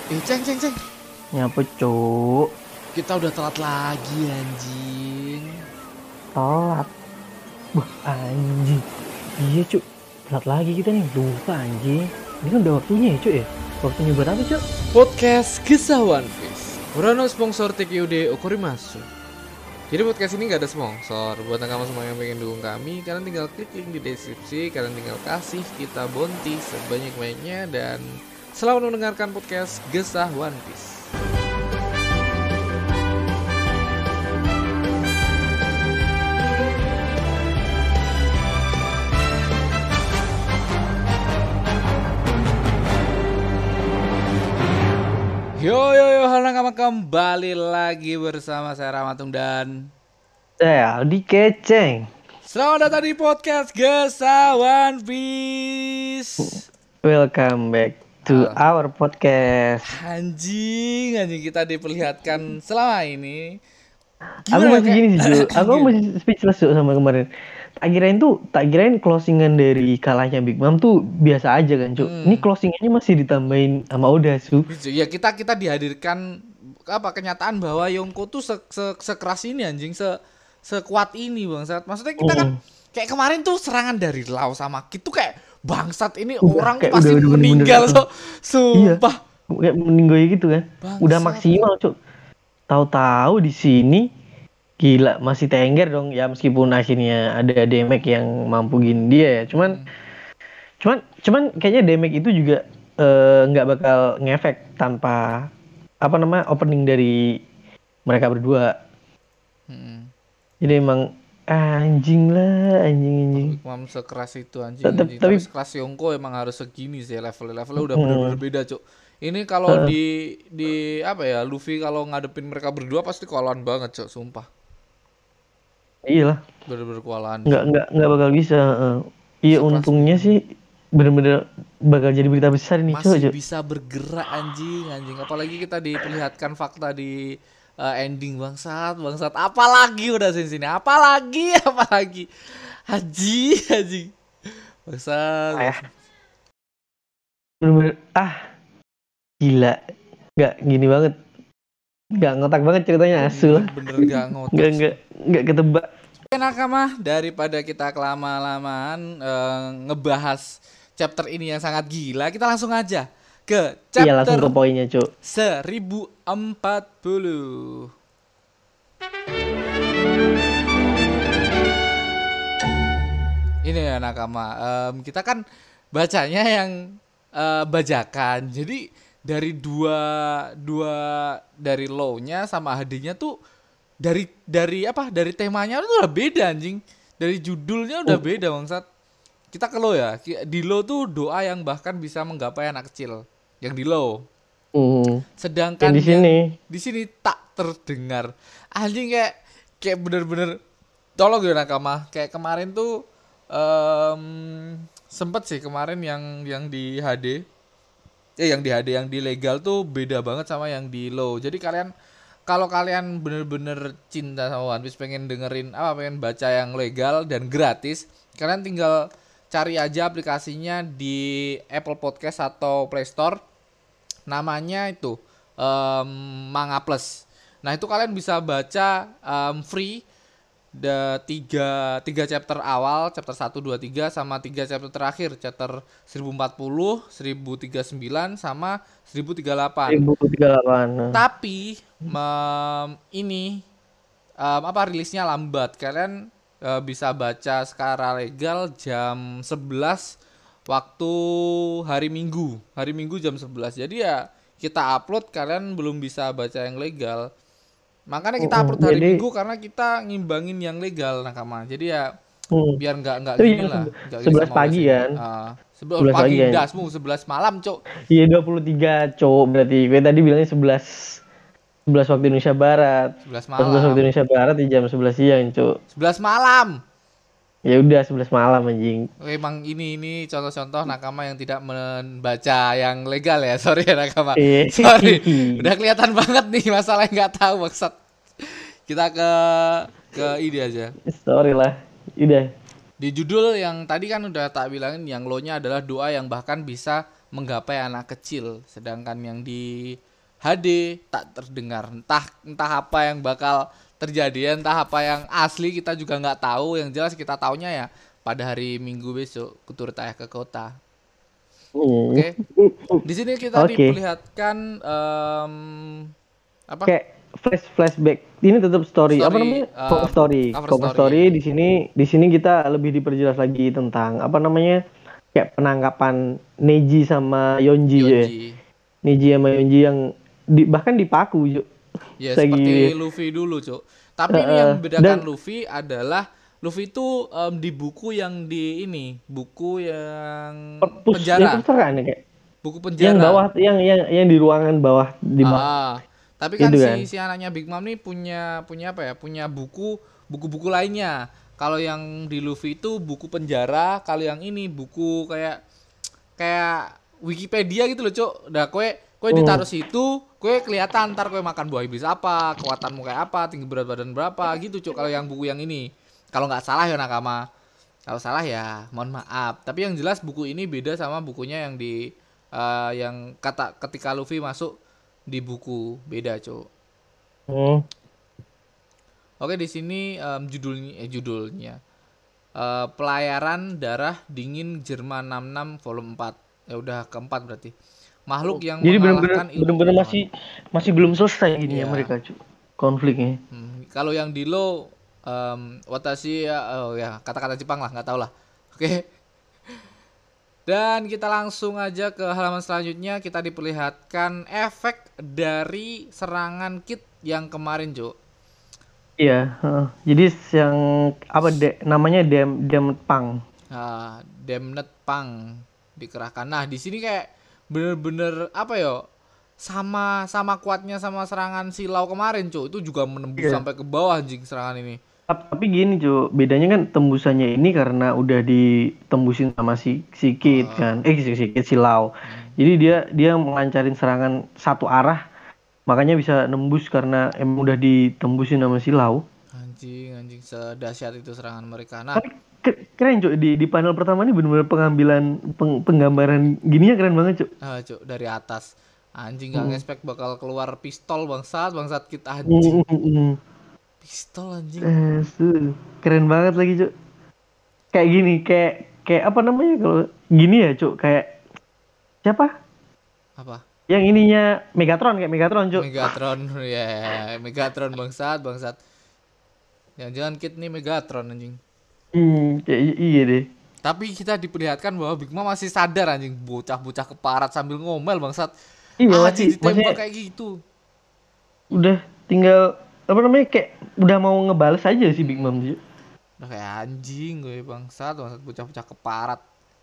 Ceng. Nyapa cuk? Kita udah telat lagi anjing. Telat. Wah anjing. Iya cuk. Telat lagi kita nih. Lupa anjing. Ini kan udah waktunya ya cuk ya. Waktunya buat apa cuk? Podcast Kisah One Piece. Urano sponsor TQD Okorimasu. Jadi podcast ini gak ada sponsor. Buat kamu semua yang pengen dukung kami, kalian tinggal klik link di deskripsi. Kalian tinggal kasih kita bounty sebanyak-banyaknya. Dan selamat mendengarkan podcast Kisah One Piece. Yo, halo nakama, kembali lagi bersama saya Ramatung dan Aldi Keceng. selamat datang di podcast Kisah One Piece. Welcome back to our podcast. Anjing kita diperlihatkan selama ini. Aku masih gini sih cuk. Aku masih speechless cuk sama kemarin. Tak kirain closingan dari kalahnya Big Mom tuh biasa aja kan cuk. Ini closingannya masih ditambahin sama Oda su. Ya kita dihadirkan kenyataan bahwa Yonko tuh sekeras ini anjing, sekuat ini bangsat. Maksudnya kita kan kayak kemarin tuh serangan dari Lau sama Kid tuh kayak bangsat ini orang pasti udah meninggal sumpah. Iya, kayak meninggal gitu kan. Bangsat. Udah maksimal cuk. Tahu-tahu di sini gila masih tengger dong ya, meskipun akhirnya ada Demek yang mampu gini dia ya. Cuman kayaknya Demek itu juga nggak bakal ngefek tanpa opening dari mereka berdua. Jadi emang anjing. Mam sekeras itu anjing. Tapi sekeras Yonko emang harus segini sih, levelnya udah benar-benar beda cuk. Ini kalau di apa ya, Luffy kalau ngadepin mereka berdua pasti kewalahan banget cuk, sumpah. Iyalah. Bener-bener kewalahan. Nggak bakal bisa. Iya, untungnya sih bener-bener bakal jadi berita besar ini cuk. Masih bisa bergerak anjing. Apalagi kita diperlihatkan fakta di ending bangsat. Apalagi udah sini. Apalagi. Haji. Bangsat. Bener-bener gila. Nggak gini banget. Nggak ngotak banget ceritanya, asu lah. Bener nggak ngotak. Nggak ketebak. Nakama, daripada kita kelama-lamaan ngebahas chapter ini yang sangat gila, kita langsung aja ke chapter. Iya, langsung ke poinnya cuk. 1040. Ini ya nakama, kita kan bacanya yang bajakan. Jadi dari dua dari low-nya sama HD-nya tuh dari temanya itu udah beda anjing. Dari judulnya udah beda bangsat. Kita ke low ya. Di low tuh doa yang bahkan bisa menggapai anak kecil. Yang di low. Sedangkan di sini tak terdengar. Anjing kayak bener-bener tolong ya nakama. Kayak kemarin tuh sempet sih kemarin yang di HD. Yang di HD, yang di legal tuh beda banget sama yang di low. Jadi kalau kalian bener-bener cinta sama One Piece, pengen pengen baca yang legal dan gratis, kalian tinggal cari aja aplikasinya di Apple Podcast atau Play Store. Namanya itu Manga Plus. Nah itu kalian bisa baca free tiga chapter awal, chapter 1, 2, 3 sama 3 chapter terakhir, chapter 1040, 1039 sama 1038. Tapi ini rilisnya lambat. Kalian bisa baca secara legal jam 11 waktu hari Minggu jam 11. Jadi ya kita upload, kalian belum bisa baca yang legal. Makanya kita upload hari Minggu karena kita ngimbangin yang legal nakama. Jadi ya biar enggak gini lah. 11 pagi kan. 11 pagi dasmu 11 malam, Cok. Iya 23, Cok. Berarti gue tadi bilangnya 11 waktu Indonesia Barat. 11 malam. 11 waktu Indonesia Barat di jam 11 siang, Cok. 11 malam. Ya udah 11 malam anjing. Emang ini contoh-contoh nakama yang tidak membaca yang legal ya. Sorry ya nakama. Sorry. Udah kelihatan banget nih masalah yang enggak tahu maksud. Kita ke ide aja. Sorry lah. Udah. Di judul yang tadi kan udah tak bilangin, yang low-nya adalah doa yang bahkan bisa menggapai anak kecil, sedangkan yang di HD tak terdengar. Entah apa yang bakal terjadi, entah apa yang asli kita juga nggak tahu. Yang jelas kita taunya ya pada hari Minggu besok kuturut ayah ke kota. Oke. Di sini kita diperlihatkan apa? Kayak flashback. Ini tetap story. Apa namanya? Cover story. Di sini kita lebih diperjelas lagi tentang apa namanya? Kayak penangkapan Neji sama Yonji. Ya. Neji sama Yonji yang bahkan dipaku, Cuk. Ya, seperti Luffy dulu, Cuk. Tapi ini yang membedakan Luffy adalah Luffy itu di buku yang di ini, buku yang penjara. Buku penjara. Yang bawah, yang di ruangan bawah di bawah. Tapi kan si anaknya Big Mom nih punya apa ya? Punya buku-buku lainnya. Kalau yang di Luffy itu buku penjara, kalau yang ini buku kayak Wikipedia gitu loh, Cuk. Udah kowe ditaruh situ, kowe kelihatan ntar kowe makan buah iblis apa, kekuatanmu kayak apa, tinggi berat badan berapa gitu, Cuk. Kalau yang buku yang ini. Kalau nggak salah ya Nakama. Kalau salah ya mohon maaf. Tapi yang jelas buku ini beda sama bukunya yang di yang ketika Luffy masuk di buku, beda, Cuk. Oke, di sini judulnya Pelayaran Darah Dingin Jerman 66 volume 4. Ya udah keempat berarti. Makhluk yang jadi benar-benar masih belum selesai gini ya mereka, Cuk. Konfliknya. Kalau yang di Lo watashi ya kata-kata Jepang lah, nggak tahu lah. Oke. Dan kita langsung aja ke halaman selanjutnya. Kita diperlihatkan efek dari serangan Kid yang kemarin, Cuk. Iya, jadi yang apa namanya Damned Pang. Damned Pang dikerahkan. Nah, di sini kayak bener-bener apa ya? Sama kuatnya sama serangan Silau kemarin, Cuk. Itu juga menembus sampai ke bawah anjing serangan ini. Tapi gini, Cuk, bedanya kan tembusannya ini karena udah ditembusin sama si Kid kan. Si Kid Silau. Jadi dia melancarin serangan satu arah. Makanya bisa nembus karena emang udah ditembusin sama Silau. Anjing sedahsyat itu serangan mereka. Nah, tapi keren, Cuk. Di panel pertama ini benar-benar pengambilan penggambaran gininya keren banget, Cuk. Cuk, dari atas. Anjing gak ngespek bakal keluar pistol bangsat Kid anjing. Pistol anjing. Keren banget lagi, Cuk. Kayak gini, kayak apa namanya kalau gini ya, Cuk, kayak siapa? Apa? Yang ininya Megatron, kayak Megatron, Cuk. Megatron bangsat. Jangan Kid nih Megatron anjing. Iya deh. Tapi kita diperlihatkan bahwa Big Mom masih sadar anjing, bocah-bocah keparat sambil ngomel bangsat. Iya, masih ditembak kayak gitu. Udah tinggal apa namanya kayak udah mau ngebales aja si Big Mom, Cuk. Udah kayak anjing gue bangsat bocah-bocah keparat.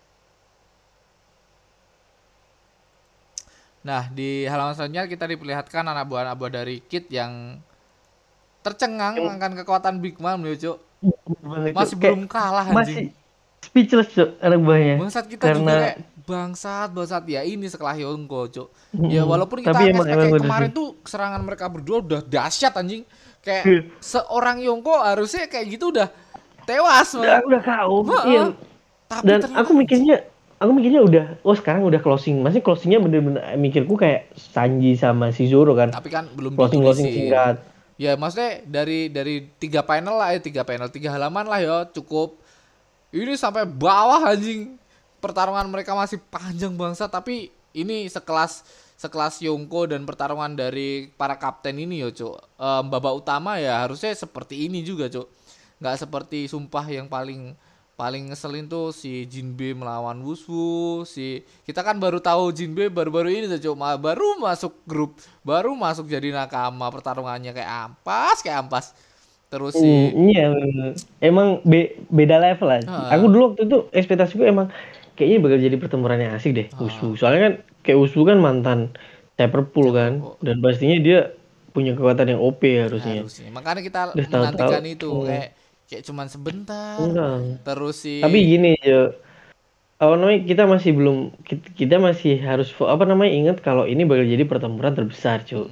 Nah, di halaman selanjutnya kita diperlihatkan anak buah dari Kid yang tercengang akan kekuatan Big Mom, Cuk. Masih belum kalah anjing. Masih speechless, Cuk, anak buahnya. Bangsat kita juga kayak bangsat ya ini sekelah Yonko, Cuk. Ya walaupun kita kayak kemarin tuh serangan mereka berdua udah dahsyat anjing. Kayak seorang Yonko harusnya kayak gitu udah tewas. Udah kau. Iya. Tapi dan aku mikirnya udah, sekarang udah closing. Masih closingnya bener-bener mikirku kayak Sanji sama si Zoro kan. Tapi kan belum closing singkat. Ya maksudnya dari 3 panel lah 3 halaman lah ya cukup. Ini sampai bawah anjing. Pertarungan mereka masih panjang bangsa, tapi ini sekelas Yonko dan pertarungan dari para kapten ini ya, Cuk. Babak utama ya harusnya seperti ini juga, Cuk. Nggak seperti sumpah yang paling ngeselin tuh si Jinbe melawan Wushu. Kita kan baru tahu Jinbe baru-baru ini tuh, Cuk. Baru masuk grup, baru masuk jadi nakama, pertarungannya kayak ampas. Terus iya, emang beda level lah. Aku dulu waktu itu ekspektasiku emang kayaknya bakal jadi pertempuran yang asik deh, Wushu. Soalnya kan kayak Wushu kan mantan Cyberpool kan, dan pastinya dia punya kekuatan yang OP harusnya. Makanya kita menantikan itu kayak cuman sebentar. Terus tapi gini, Jo. Kita masih harus ingat kalau ini bakal jadi pertempuran terbesar, Jo.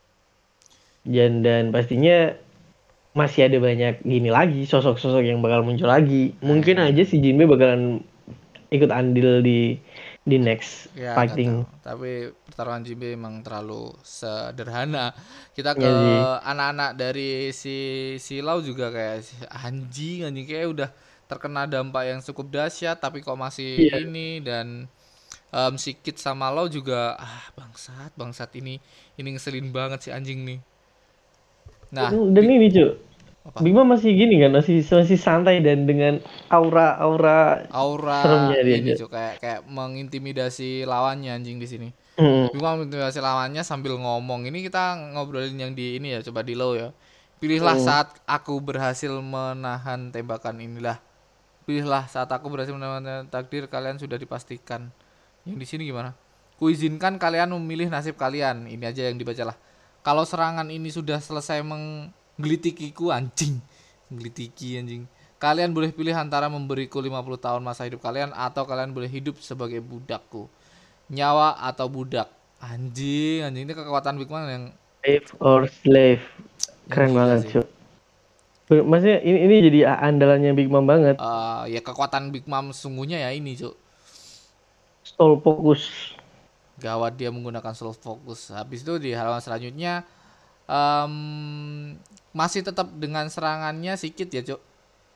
Dan pastinya masih ada banyak gini lagi sosok-sosok yang bakal muncul lagi. Mungkin aja si Jinbe bakalan ikut andil di di next Ya, fighting. tapi pertarungan Jinbe emang terlalu sederhana. Kita ke Iya anak-anak dari si Lau juga kayak anjing kayak udah terkena dampak yang cukup dahsyat tapi kok masih Iya. ini. Dan si Kid sama Lau juga bangsat ini ngeselin banget si anjing nih. Nah, Dan ini cuy, apa? Big Mom masih gini kan, masih santai dan dengan aura Aura seremnya dia ini cuy. cuy kayak mengintimidasi lawannya anjing di sini. Hmm. Bingung mengintimidasi lawannya sambil ngomong. Ini kita ngobrolin yang di ini ya, coba di low ya. Pilihlah Hmm. saat aku berhasil menahan tembakan inilah. Pilihlah saat aku berhasil menahan takdir kalian sudah dipastikan. Yang di sini gimana? Kuizinkan kalian memilih nasib kalian. Ini aja yang dibacalah. Kalau serangan ini sudah selesai menggelitikiku anjing. Gelitiki anjing. Kalian boleh pilih antara memberiku 50 tahun masa hidup kalian atau kalian boleh hidup sebagai budakku. Nyawa atau budak. Anjing ini kekuatan Big Mom Slave or slave, yang keren gila banget sih. cuy. Maksudnya ini jadi andalannya Big Mom banget. Ya kekuatan Big Mom sungguhnya ya ini, Cuk. Stall fokus. Gawat dia menggunakan slow focus. Habis itu di halaman selanjutnya em, masih tetap dengan serangannya sikit ya, Cuk.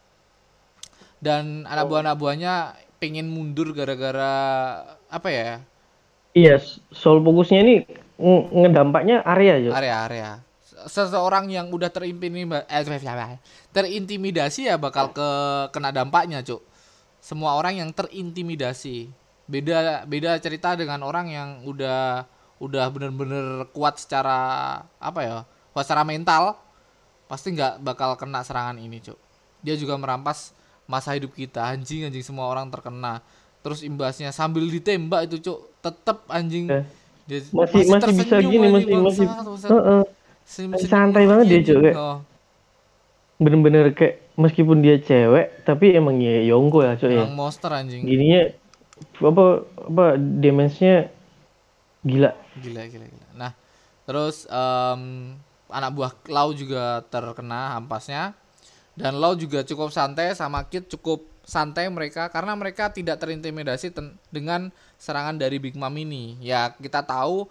Dan anak buahnya pengen mundur gara-gara apa ya? Iya, soul fokusnya ini ngedampaknya area cuy. Area-area. Seseorang yang udah terintimidasi ya bakal kena dampaknya, Cuk. Semua orang yang terintimidasi. Beda cerita dengan orang yang udah bener-bener kuat secara apa ya? Kuat secara mental, pasti nggak bakal kena serangan ini, Cuk. Dia juga merampas masa hidup kita, anjing semua orang terkena. Terus imbasnya sambil ditembak itu, Cuk, tetep anjing Ya. dia Masih bisa tersenyum gini, anjing masih bangsat. masih Senyum-senyum santai banget lagi dia anjing. cuy. Oh, Bener-bener kayak meskipun dia cewek tapi emang ya Yongko ya cuy ya. emang monster anjing. Gininya apa damage-nya gila. Gila. Nah, terus anak buah Lau juga terkena hampasnya. Dan Lau juga cukup santai sama Kid cukup santai mereka karena mereka tidak terintimidasi dengan serangan dari Big Mom ini. Ya, kita tahu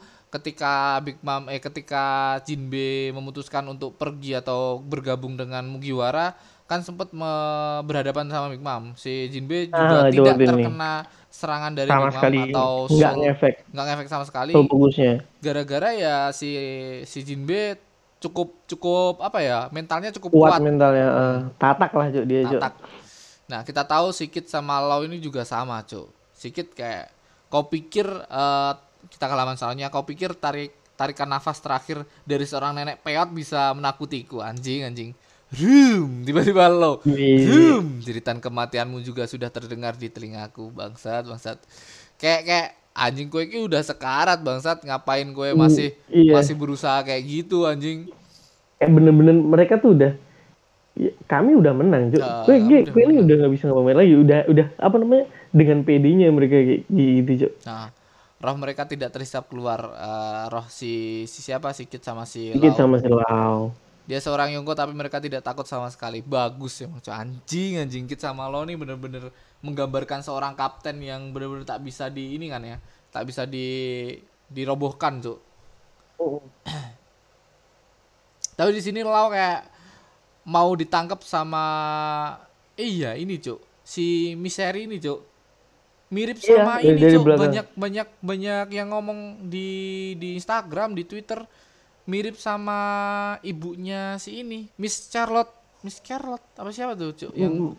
ketika Jinbe memutuskan untuk pergi atau bergabung dengan Mugiwara kan sempat berhadapan sama Big Mom. Si Jinbe juga Itu tidak waktu ini terkena serangan dari sama Big Mom sekali atau nggak ngefek nggak ngefek sama soul sekali fokusnya. gara-gara ya si Jinbe cukup apa ya mentalnya cukup Kuat kuat. mentalnya. Tatak lah cuy dia cuy. Tatak. Nah kita tahu Sikit sama Lau ini juga sama cuy. Sikit kayak kau pikir kita ke halaman soalnya kau pikir tarikan nafas terakhir dari seorang nenek peot bisa menakutiku anjing. Tiba-tiba Lau. Jeritan kematianmu juga sudah terdengar di telingaku bangsat. Kayak anjing kue ini udah sekarat bangsat ngapain kue masih berusaha kayak gitu anjing. Kayak bener-bener mereka tuh udah kami udah menang cuy. Gue ini udah nggak bisa ngomongin lagi. Udah apa namanya dengan PD-nya mereka kayak gitu cuy. Nah, roh mereka tidak terhisap keluar. Roh si siapa Sikit sama si Sikit Lau. sama si Lau. Dia seorang Yongko tapi mereka tidak takut sama sekali. Bagus emang cuy. Anjing Kit sama Lau nih bener-bener menggambarkan seorang kapten yang bener-bener tak bisa di ini kan ya. Tak bisa dirobohkan cuy. Tapi di sini Lau kayak mau ditangkap sama ini cuk si Misery ini cuk mirip sama ini cuk banyak yang ngomong di Instagram di Twitter mirip sama ibunya si ini Miss Charlotte apa siapa tuh cuk yang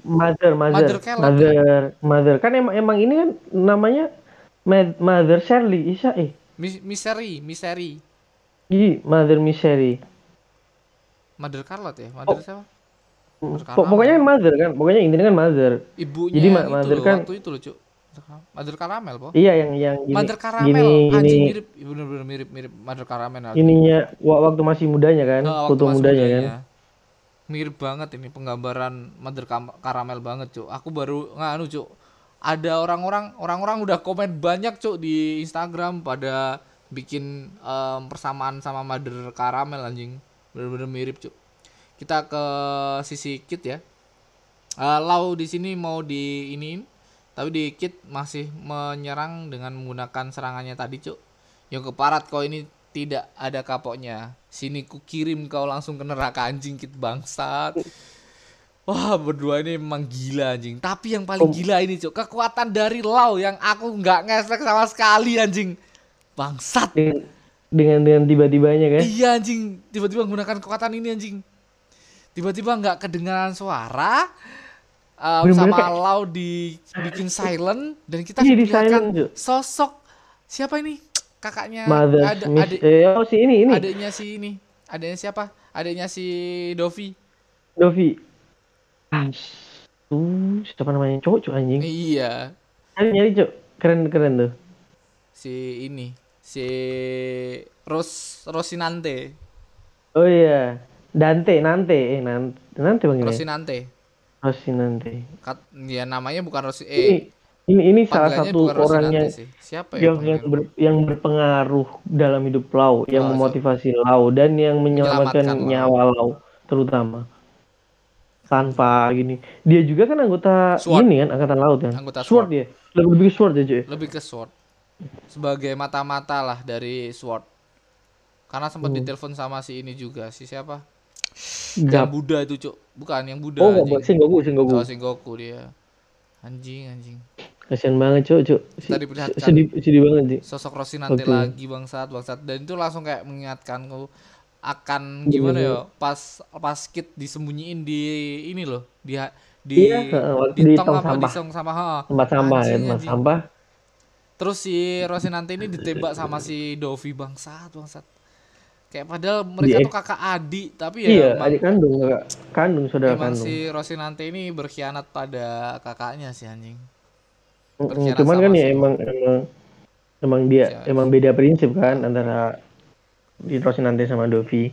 Mother kan emang ini kan namanya Mother Shirley Isa Misery Mother Misery Mother Charlotte ya Mother siapa pokoknya Mother kan pokoknya intinya kan Mother ibunya jadi yang Mother itu kan waktu itu loh cuk Mother Caramel po iya yang gini, Mother Caramel anjing mirip Mother Caramel ininya waktu masih mudanya kan foto mudanya kan mirip banget ini penggambaran Mother Caramel banget cuk aku baru cuk ada orang-orang udah komen banyak cuk di Instagram pada bikin persamaan sama Mother Caramel anjing bener-bener mirip cuk kita ke sisi Kit ya Lau di sini mau Tapi dikit masih menyerang dengan menggunakan serangannya tadi, Cuk. Yang keparat kau ini tidak ada kapoknya. Sini ku kirim kau langsung ke neraka anjing kit bangsat. Wah, berdua ini emang gila anjing. Tapi yang paling gila ini, Cuk, kekuatan dari Lau yang aku nggak ngefek sama sekali anjing. Bangsat. Dengan tiba-tibanya kan? Iya anjing, tiba-tiba menggunakan kekuatan ini anjing. Tiba-tiba nggak kedengaran suara. Sama kayak... Lau dibikin silent dan kita lihat sosok siapa ini? Kakaknya adiknya siapa? Adiknya si Dovi. Siapa namanya? Cowok anjing. Iya. Nyari Cok. Keren tuh. Si Rosinante. Oh iya. Nante panggilnya. Rosinante. Ya namanya bukan Ini salah satu orang yang berpengaruh dalam hidup Lau, yang memotivasi Lau dan yang menyelamatkan nyawa Lau terutama. Tanpa gini, dia juga kan anggota Sword. Ini kan angkatan laut kan. Anggota Sword dia. Lebih ke Sword aja. Lebih ke Sword. Sebagai mata-mata lah dari Sword. Karena sempat ditelepon sama si ini juga, si siapa? Yang Buddha itu, Cuk. Bukan yang Buddha. Oh, Shingoku dia. Anjing. Kasian banget, Cuk. Sedih banget sih. Sosok Rosinante lagi bangsat. Dan itu langsung kayak mengingatkanku akan gimana ya pas Kit disembunyiin di ini loh, di tong sampah. Tempat sampah. Terus si Rosinante ini ditembak sama si Dovi bangsat. Kayak padahal mereka tuh kakak adik, tapi ya iya, adik kandung saudara emang kandung. Si Rosinante ini berkhianat pada kakaknya si anjing. Cuman kan ya emang dia emang beda prinsip kan antara di Rosinante sama Dovi.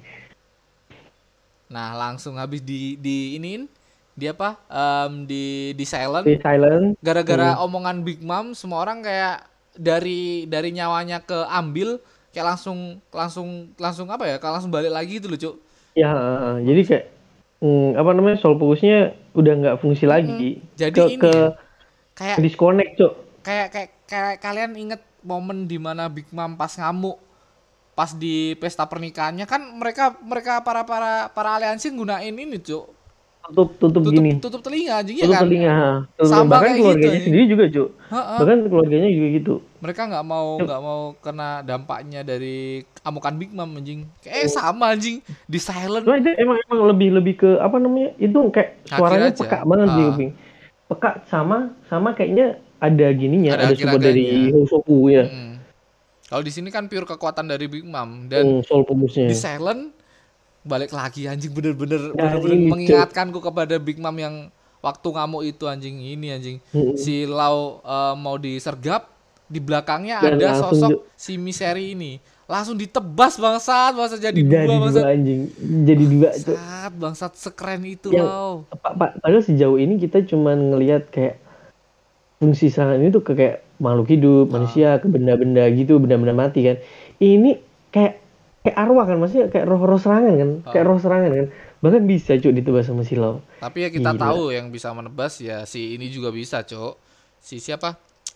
Nah, langsung habis di iniin dia apa? Di silent. Gara-gara omongan Big Mom, semua orang kayak dari nyawanya keambil kayak langsung apa ya? Kayak langsung balik lagi gitu loh, Cuk. Ya, jadi kayak soul fokusnya udah nggak fungsi lagi. Jadi kayak disconnect, Cuk. Kayak kalian inget momen dimana Big Mom pas ngamuk pas di pesta pernikahannya kan mereka para aliansi gunain ini, Cuk. Tutup gini. Tutup telinga anjing ya kan. Telinga. Sama bahkan keluarganya gitu, sendiri juga, Cuk. Bahkan keluarganya juga gitu. Mereka nggak mau kena dampaknya dari amukan Big Mom anjing. Kayak sama anjing di silent. Nah, itu emang lebih ke apa namanya? Itu kayak suaranya peka banget sih, kuping. Peka sama kayaknya ada gininya, ada support dari Hosoku ya. Kalau di sini kan pure kekuatan dari Big Mom dan di silent balik lagi anjing bener-bener mengingatkanku kepada Big Mom yang waktu ngamuk itu anjing ini anjing. Si Lau mau disergap, di belakangnya dan ada sosok si Miseri ini. Langsung ditebas bangsat jadi dua anjing. Jadi dua bangsat sekeren itu Lau. Padahal sejauh ini kita cuma ngelihat kayak fungsi serangan itu ke kayak makhluk hidup, manusia, ke benda-benda gitu, benda-benda mati kan. Ini kayak arwah kan, maksudnya kayak roh serangan kan, kayak roh serangan kan. Bahkan bisa, Cuk, ditebas sama si Lau. Tapi ya kita tahu yang bisa menebas ya si ini juga bisa, Cuk. Si siapa?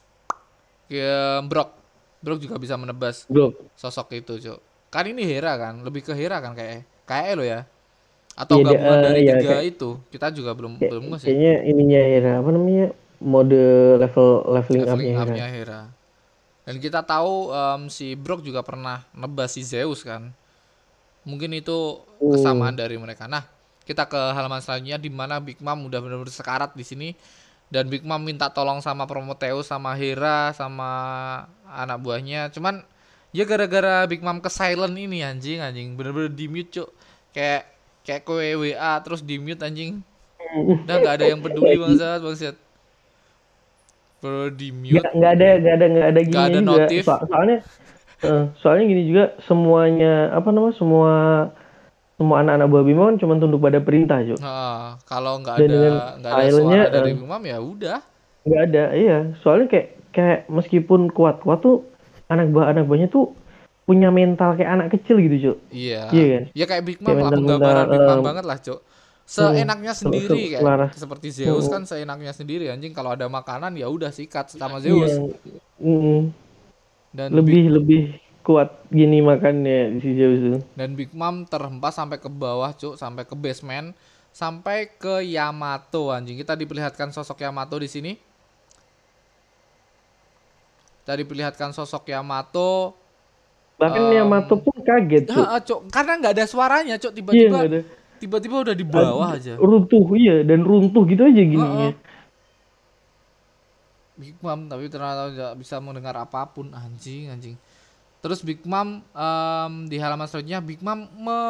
Brok juga bisa menebas. Sosok itu, Cuk. Kan ini Hera kan, lebih ke Hera kan kayak lo ya. Atau gabungan dari tiga itu. Kita juga belum nge-sih. Kayaknya ininya Hera, apa namanya? Mode leveling up-nya Hera. Dan kita tahu si Brok juga pernah nebas si Zeus kan. Mungkin itu kesamaan dari mereka. Nah, kita ke halaman selanjutnya di mana Big Mom udah benar-benar sekarat di sini dan Big Mom minta tolong sama Prometheus, sama Hera, sama anak buahnya. Cuman ya gara-gara Big Mom ke silent ini anjing bener-bener di mute, Cuk. Kayak kowe WA terus di mute anjing. Udah enggak ada yang peduli bangsat. Di mute. Nggak ada gini juga. Notif. Soalnya gini juga, semuanya semua anak-anak buah Big Mom cuma tunduk pada perintah, Cuk. Kalau nggak ada suara dari Big Mom ya udah. Nggak ada, iya. Soalnya kayak meskipun kuat tuh anak buahnya tuh punya mental kayak anak kecil gitu, Cuk. Iya kan? Ya kayak Big Mom lah, penggambaran Big Mom banget lah, Cuk. seenaknya sendiri kayak Selaras. seperti Zeus kan seenaknya sendiri anjing, kalau ada makanan ya udah sikat sama Iya. Zeus. Dan Lebih kuat gini makannya si Zeus itu. Dan Big Mom terhempas sampai ke bawah, Cuk, sampai ke basement, sampai ke Yamato anjing. Kita diperlihatkan sosok Yamato di sini. Kita diperlihatkan sosok Yamato. Bahkan Yamato pun kaget, Cuk. Cuk, karena nggak ada suaranya, Cuk, tiba-tiba. Iya, Tiba-tiba udah di bawah aja. Runtuh, iya, dan runtuh gitu aja gini. Big Mom tapi ternyata tidak bisa mendengar apapun, anjing. Terus Big Mom di halaman selanjutnya Big Mom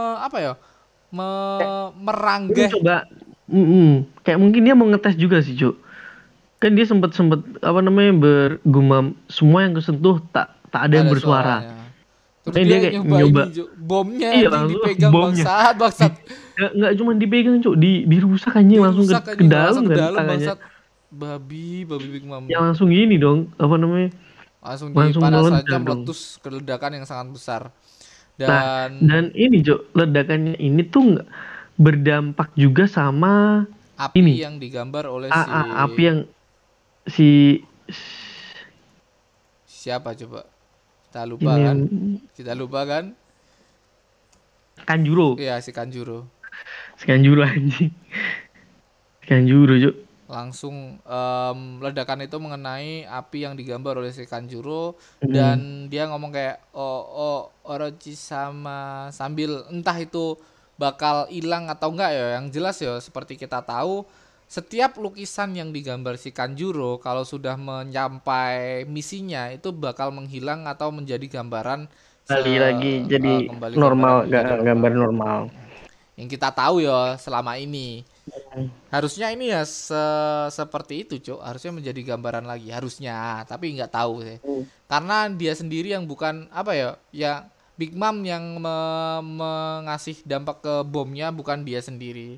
meranggeh. Coba, kayak mungkin dia mau ngetes juga sih, Cuk. Kan dia sempet bergumam, semua yang kesentuh tak ada yang bersuara. Terus dia kayak nyoba bomnya, iya, dipegang, bangsat. Nggak cuma dipegang, Cuk, dirusak anjing, langsung ke dalam bangsat. Babi Big Mom. Ya langsung gini dong, langsung dipanas saja, meletus ledakan yang sangat besar. Dan ini, Cuk, ledakannya ini tuh berdampak juga sama api ini yang digambar oleh api yang siapa coba? Kita lupa kan? Kanjuro. Iya, si Kanjuro anjing. Kanjuro, Cuk. Langsung ledakan itu mengenai api yang digambar oleh si Kanjuro. Dan dia ngomong kayak Orochi sama, sambil entah itu bakal hilang atau enggak ya. Yang jelas ya, seperti kita tahu, setiap lukisan yang digambar si Kanjuro kalau sudah menyampai misinya itu bakal menghilang atau menjadi gambaran lagi jadi normal, gambar normal yang kita tahu ya selama ini. Harusnya ini ya seperti itu, Cuk. Harusnya menjadi gambaran lagi, harusnya, tapi nggak tahu sih. Karena dia sendiri yang bukan ya Big Mom yang mengasih dampak ke bomnya, bukan dia sendiri.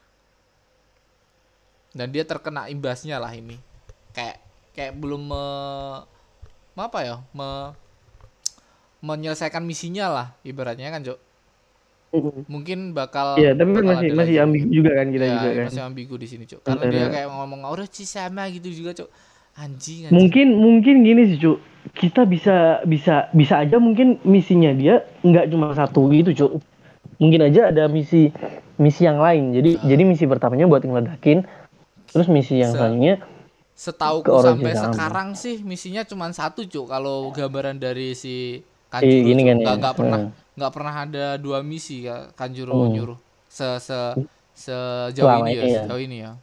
Dan dia terkena imbasnya lah ini. Kayak belum menyelesaikan misinya lah ibaratnya kan, Cuk. Mungkin bakal. Iya, tapi masih ambigu juga kan kita juga kan. Masih ambigu di sini, Cuk. Karena dia kayak ngomong Orochi sama gitu juga, Cuk. Anjing. Mungkin gini sih, Cuk. Kita bisa aja mungkin misinya dia nggak cuma satu gitu, Cuk. Mungkin aja ada misi yang lain. Jadi misi pertamanya buat ngeledakin, terus misi yang selanjutnya. Setauku sampai sekarang sih misinya cuma satu, Cuk. Kalau gambaran dari si Kanjuro, kan, nggak pernah ada 2 misi ya Kanjuro nyuruh sejauh ini ya.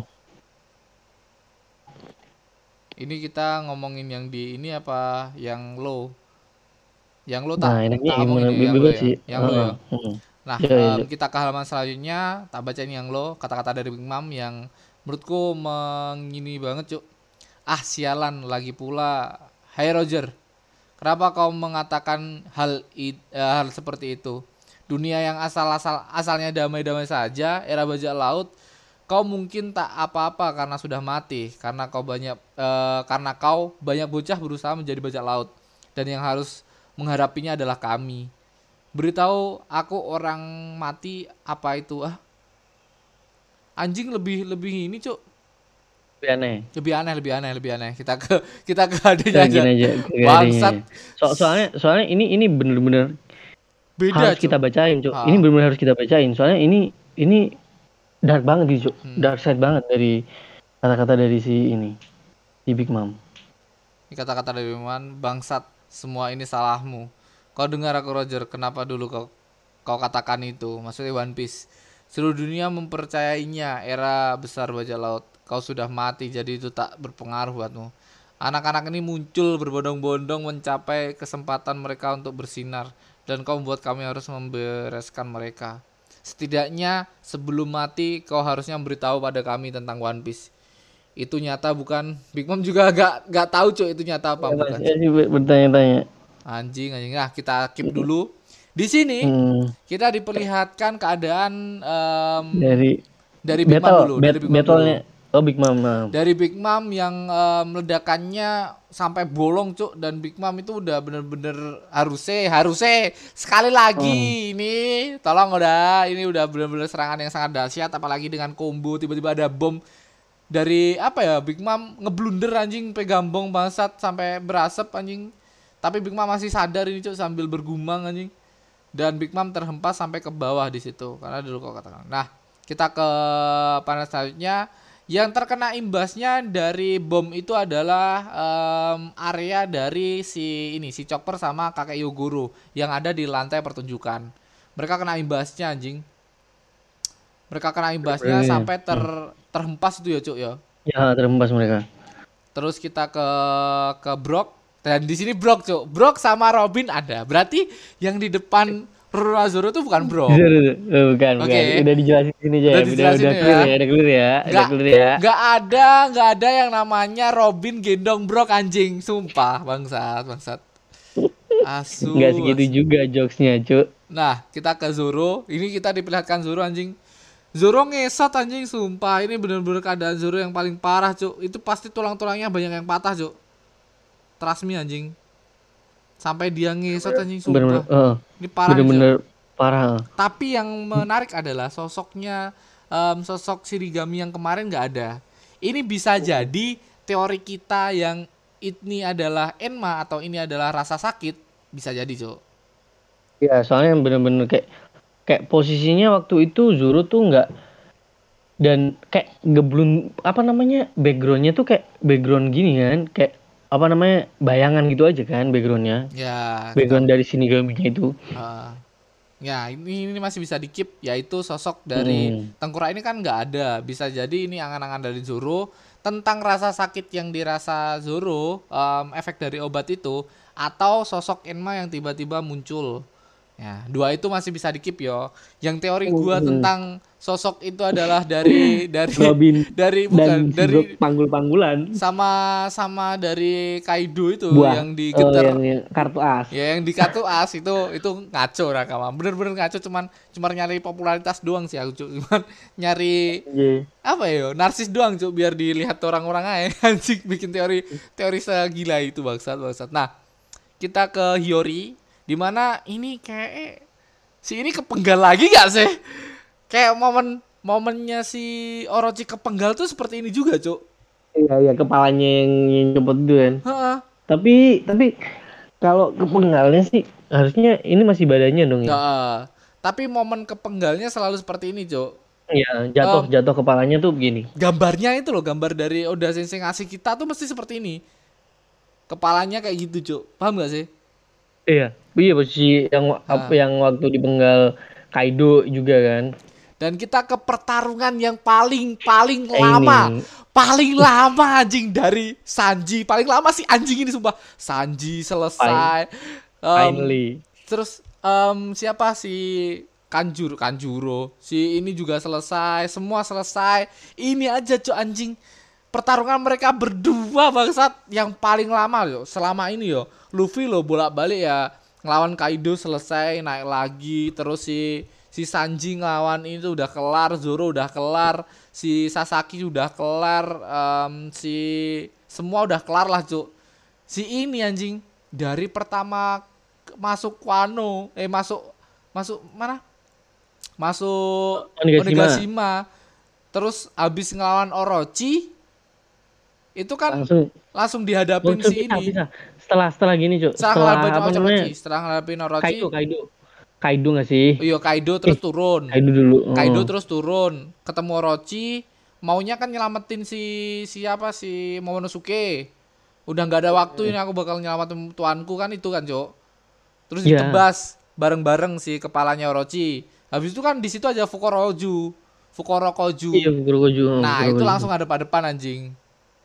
Ini kita ngomongin yang di ini apa yang low? Yang low tak ngomongin yang low ya. Yang low ya. Nah, kita ke halaman selanjutnya, tak bacain yang low, kata-kata dari Big Mom yang menurutku mengini banget, Cuk. Sialan lagi pula. Hai Roger, kenapa kau mengatakan hal seperti itu? Dunia yang asalnya damai-damai saja, era bajak laut, kau mungkin tak apa-apa karena sudah mati, karena kau banyak bocah berusaha menjadi bajak laut, dan yang harus menghadapinya adalah kami. Beritahu aku orang mati apa itu? Anjing lebih ini, Cuk. Lebih aneh. Kita ke adanya aja. Bangsat. Soalnya ini bener-bener beda, harus kita bacain, Cuk. Ini bener-bener harus kita bacain. Soalnya ini dark banget gitu, Cuk. Dark side banget dari kata-kata dari si Big Mom. Ini kata-kata dari Big Mom, bangsat, semua ini salahmu. Kau dengar aku, Roger, kenapa dulu kau katakan itu? Maksudnya One Piece. Seluruh dunia mempercayainya, era besar bajak laut. Kau sudah mati, jadi itu tak berpengaruh buatmu. Anak-anak ini muncul berbondong-bondong mencapai kesempatan mereka untuk bersinar, dan kau membuat kami harus membereskan mereka. Setidaknya sebelum mati kau harusnya memberitahu pada kami tentang One Piece. Itu nyata bukan? Big Mom juga gak tahu, Cuk, itu nyata apa bukan. Bertanya-tanya. Anjing. Nah, kita keep dulu. Di sini kita diperlihatkan keadaan dari Big Mom dulu. Battle-nya Oh, Big Mom. Dari Big Mom yang ledakannya sampai bolong, Cuk, dan Big Mom itu udah bener-bener harusnya sekali lagi ini tolong udah, ini udah bener-bener serangan yang sangat dahsyat, apalagi dengan combo tiba-tiba ada bom dari apa ya, Big Mom ngeblunder anjing, pegang bom bangsat sampai berasap anjing. Tapi Big Mom masih sadar ini, Cuk, sambil bergumam anjing. Dan Big Mom terhempas sampai ke bawah di situ karena dulu kok katakan. Nah, kita ke panel selanjutnya. Yang terkena imbasnya dari bom itu adalah area dari si Chopper sama kakek Yogoro yang ada di lantai pertunjukan. Mereka kena imbasnya anjing. Mereka kena imbasnya sampai terhempas itu ya, Cuk ya. Ya, terhempas mereka. Terus kita ke Brock, dan di sini Brock, Cuk. Brock sama Robin ada. Berarti yang di depan Roro itu bukan Brock. Bukan. Okay. Udah dijelasin sini aja. Udah clear ya. Enggak ada yang namanya Robin gendong Brock anjing, sumpah, bangsat. Asu. Enggak segitu juga jokesnya, Cuk. Nah, kita ke Zoro. Ini kita diperlihatkan Zoro anjing. Zoro ngesot anjing, sumpah. Ini bener-bener keadaan Zoro yang paling parah, Cuk. Itu pasti tulang-tulangnya banyak yang patah, Cuk. Trust me anjing. Sampai dia ngesot anjing, sumpah. Ini parah, bener-bener parah. Tapi yang menarik adalah sosoknya, sosok Shirigami yang kemarin nggak ada. Ini bisa jadi teori kita yang ini adalah Enma atau ini adalah rasa sakit, bisa jadi, Cok. Ya, soalnya bener-bener kayak posisinya waktu itu Zoro tuh nggak, dan kayak geblun, apa namanya, backgroundnya tuh kayak background gini kan, kayak apa namanya, bayangan gitu aja kan backgroundnya. Ya. Background dari Shinigami-nya itu. Ya, ini masih bisa dikip, yaitu sosok dari Tengkorak ini kan nggak ada. Bisa jadi ini angan-angan dari Zoro tentang rasa sakit yang dirasa Zoro, efek dari obat itu, atau sosok Enma yang tiba-tiba muncul. Ya, dua itu masih bisa dikip yo. Yang teori gua tentang sosok itu adalah dari Robin, bukan dari panggul-panggulan sama dari Kaido itu yang digeter, yang kartu as. Ya, yang di kartu as itu ngaco Rakama. Bener-bener ngaco, cuman nyari popularitas doang sih aku, cuman nyari apa ya, narsis doang, Cuk, biar dilihat orang-orang aja. Anjing, bikin teori segila itu, bangsat. Nah, kita ke Hiyori, dimana ini kayak si ini kepenggal lagi gak sih? Kayak momennya si Orochi kepenggal tuh seperti ini juga, Cuk. Iya, kepalanya yang cepet itu kan. Tapi kalau kepenggalnya sih harusnya ini masih badannya dong ya. Tapi momen kepenggalnya selalu seperti ini, Cuk. Iya, jatuh kepalanya tuh begini. Gambarnya itu loh, gambar dari Oda Sensei ngasih kita tuh mesti seperti ini. Kepalanya kayak gitu, Cuk. Paham gak sih? Iya, posisi yang waktu dipenggal Kaido juga kan. Dan kita ke pertarungan yang paling lama. Paling lama anjing, dari Sanji. Paling lama sih anjing ini, sumpah. Sanji selesai. Finally. Terus siapa si Kanjuro. Si ini juga selesai. Semua selesai. Ini aja, Cuk, anjing. Pertarungan mereka berdua, bangsat, yang paling lama yo selama ini yo. Luffy lo bolak-balik ya ngelawan Kaido selesai, naik lagi, terus si Sanji ngelawan ini tuh udah kelar, Zoro udah kelar, si Sasaki udah kelar, si semua udah kelar lah, Cuk. Si ini anjing dari pertama masuk Wano, masuk mana? Masuk Onigashima. Terus habis ngelawan Orochi itu kan langsung dihadapin si ini. Bisa. Setelah gini, Cuk. Setelah ngadapin Orochi. Kaido nggak sih? Iya, Kaido terus turun. Kaido dulu. Kaido terus turun, ketemu Orochi, maunya kan nyelamatin siapa si Momonosuke. Udah nggak ada waktu ini, aku bakal nyelamatin tuanku kan, itu kan, Cuk. Terus ditebas bareng-bareng si kepalanya Orochi. Habis itu kan di situ aja Fukorokoju. Iya, Fukorokoju. Nah, itu langsung hadap-hadapan anjing.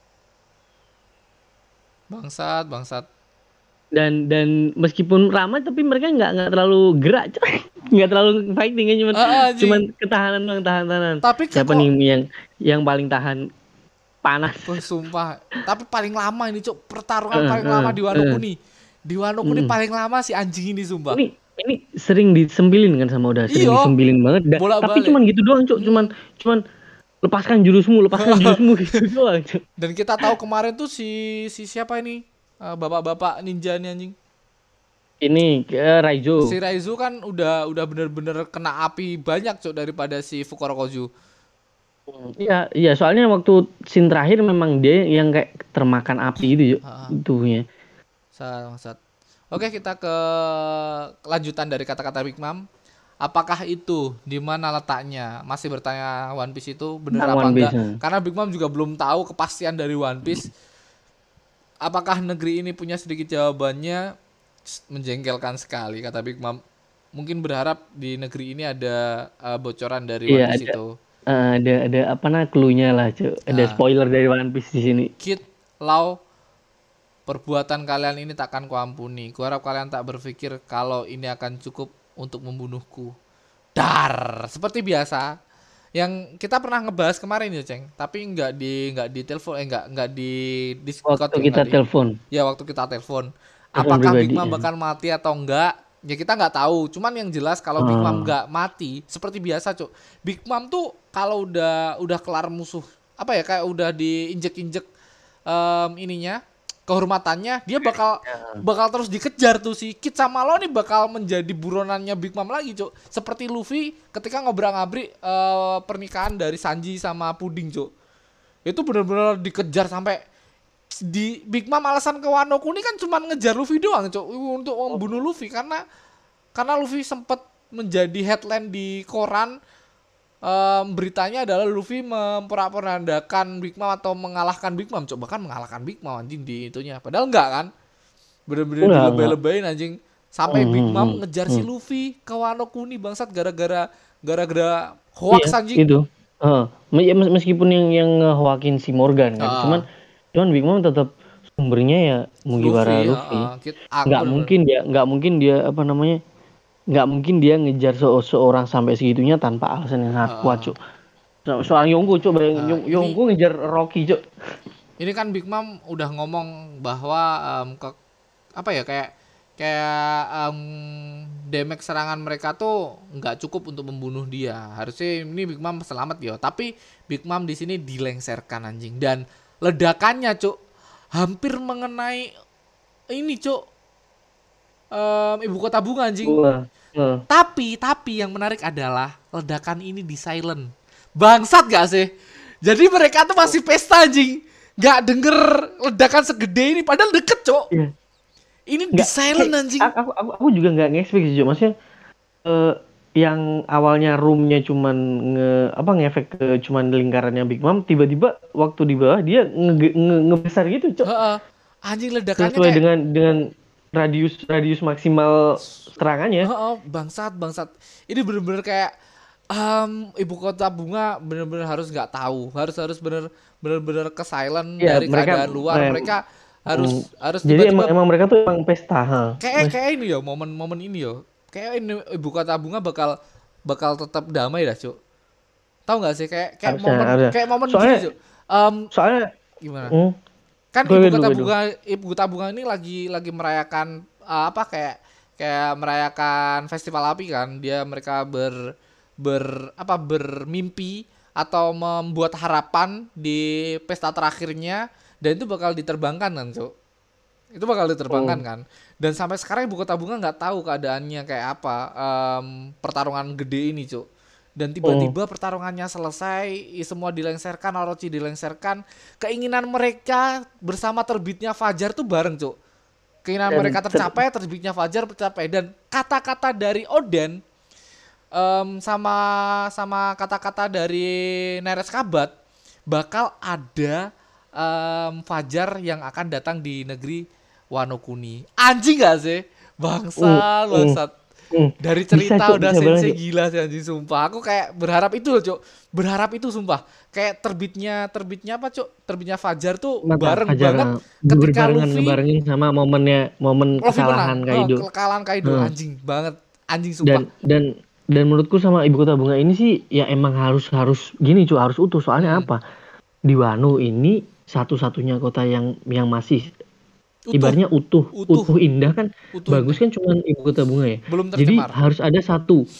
Bangsat. Dan meskipun ramai tapi mereka nggak terlalu gerak, nggak terlalu fighting ya, cuman ketahanan. Tapi siapa nih yang paling tahan panas? Sumpah. Tapi paling lama ini, Cuk, pertarungan paling lama di Wano Kuni. Di Wano Kuni paling lama si anjing ini, sumpah. Ini sering disempilin kan sama Oda, sering disembilin banget. Tapi cuman gitu doang, Cuk. Cuman lepaskan jurusmu gitu doang. Dan kita tahu kemarin tuh si siapa ini? Bapak-bapak ninja nih anjing. Ini Raizo. Si Raizo kan udah bener-bener kena api banyak cok daripada si Fukurokoju. Iya, soalnya waktu scene terakhir memang dia yang kayak termakan api itu, tubuhnya. Saat. Oke, kita ke kelanjutan dari kata-kata Big Mom. Apakah itu di mana letaknya? Masih bertanya One Piece itu benar apa enggak? Karena Big Mom juga belum tahu kepastian dari One Piece. Apakah negeri ini punya sedikit jawabannya? Menjengkelkan sekali kata Big Mom. Mungkin berharap di negeri ini ada bocoran dari One Piece itu. Ada apa clue-nya lah, Cuk. Ada spoiler dari One Piece di sini. Kid, Lau, perbuatan kalian ini takkan kuampuni. Kuharap kalian tak berpikir kalau ini akan cukup untuk membunuhku. Dar, seperti biasa. Yang kita pernah ngebahas kemarin ya, Ceng. Tapi enggak di telepon, enggak di Discord. Waktu kita telepon. Ya, waktu kita telepon. Apakah Big Mom bakal mati atau enggak? Ya kita nggak tahu. Cuman yang jelas kalau Big Mom nggak mati, seperti biasa, Cuk. Big Mom tuh kalau udah kelar musuh, apa ya, kayak udah diinjek-injek ininya, kehormatannya, dia bakal terus dikejar tuh si Kid sama Law nih, bakal menjadi buronannya Big Mom lagi, Cuk. Seperti Luffy ketika ngobrak-ngabrik pernikahan dari Sanji sama Puding, Cuk. Itu benar-benar dikejar sampai di Big Mom alasan ke Wano Kuni kan cuma ngejar Luffy doang, Cok, untuk membunuh Luffy karena Luffy sempat menjadi headline di koran. Beritanya adalah Luffy memporak-porandakan Big Mom atau mengalahkan Big Mom, Cok, bahkan mengalahkan Big Mom anjing di itunya. Padahal enggak kan? Bener-bener dilebay-lebayin anjing. Sampai Big Mom ngejar si Luffy ke Wano Kuni bangsat gara-gara hoax anjing. Itu. Meskipun yang ngehoakin si Morgan kan, cuman Big Mom tetap sumbernya ya Mugiwara Luffy. Nggak mungkin dia apa namanya, nggak mungkin dia ngejar seorang sampai segitunya tanpa alasan yang sangat kuat, Cuk. Soal Yonko, Cuk, Yonko ngejar Rocky, Cuk. Ini kan Big Mom udah ngomong bahwa kayak damage serangan mereka tuh nggak cukup untuk membunuh dia. Harusnya ini Big Mom selamat ya. Tapi Big Mom di sini dilengserkan anjing, dan ledakannya, Cuk, hampir mengenai ini, Cuk, ibu kota bunga anjing. Tapi yang menarik adalah ledakan ini di silent. Bangsat gak sih? Jadi mereka tuh masih pesta anjing, gak denger ledakan segede ini padahal deket, Cuk. Ini di silent anjing. Aku juga gak nge-expect sih, Cuk. Maksudnya yang awalnya roomnya cuman ngefek ke cuman lingkarannya Big Mom, tiba-tiba waktu di bawah dia ngebesar gitu, Cok. Anjing ledakannya sesuai dengan radius maksimal serangannya. Bangsat. Ini bener-bener kayak ibu kota bunga bener-bener harus nggak tahu, harus bener-bener ke silent dari keadaan luar. Mereka harus jadi emang mereka tuh emang pesta. Kayak ini ya, momen ini ya. Kayak ini ibu kota bunga bakal tetap damai dah, Cuk. Tahu nggak sih kayak momen soalnya, gini, Cuk. Soalnya gimana? Kan ibu kota bunga ini lagi merayakan kayak merayakan festival api kan. Mereka bermimpi atau membuat harapan di pesta terakhirnya, dan itu bakal diterbangkan kan, Cuk. Itu bakal diterbangkan kan. Dan sampai sekarang ibu kota bunga nggak tahu keadaannya kayak apa, pertarungan gede ini, Cuk. Dan tiba-tiba pertarungannya selesai, semua dilengserkan, Orochi dilengserkan. Keinginan mereka bersama terbitnya fajar tuh bareng, Cuk. Keinginan mereka tercapai, terbitnya fajar tercapai. Dan kata-kata dari Oden sama kata-kata dari Neres Kabat, bakal ada fajar yang akan datang di negeri Wano Kuni. Anjing gak sih? Bangsat. Dari cerita udah sensei gila sih anjing, sumpah. Aku kayak berharap itu loh, Cuk. Berharap itu sumpah. Kayak terbitnya apa, Cuk? Terbitnya fajar tuh bareng banget ketika Luffy barengin sama momen kesalahan Kaido. Kekalahan Kaido, anjing banget. Anjing sumpah. Dan menurutku sama ibu kota bunga ini sih ya emang harus gini, Cuk, harus utuh. Soalnya apa? Di Wano ini satu-satunya kota yang masih ibaratnya utuh indah kan, bagus kan, cuman ibu kota bunga ya. Belum tercemar. Jadi harus ada satu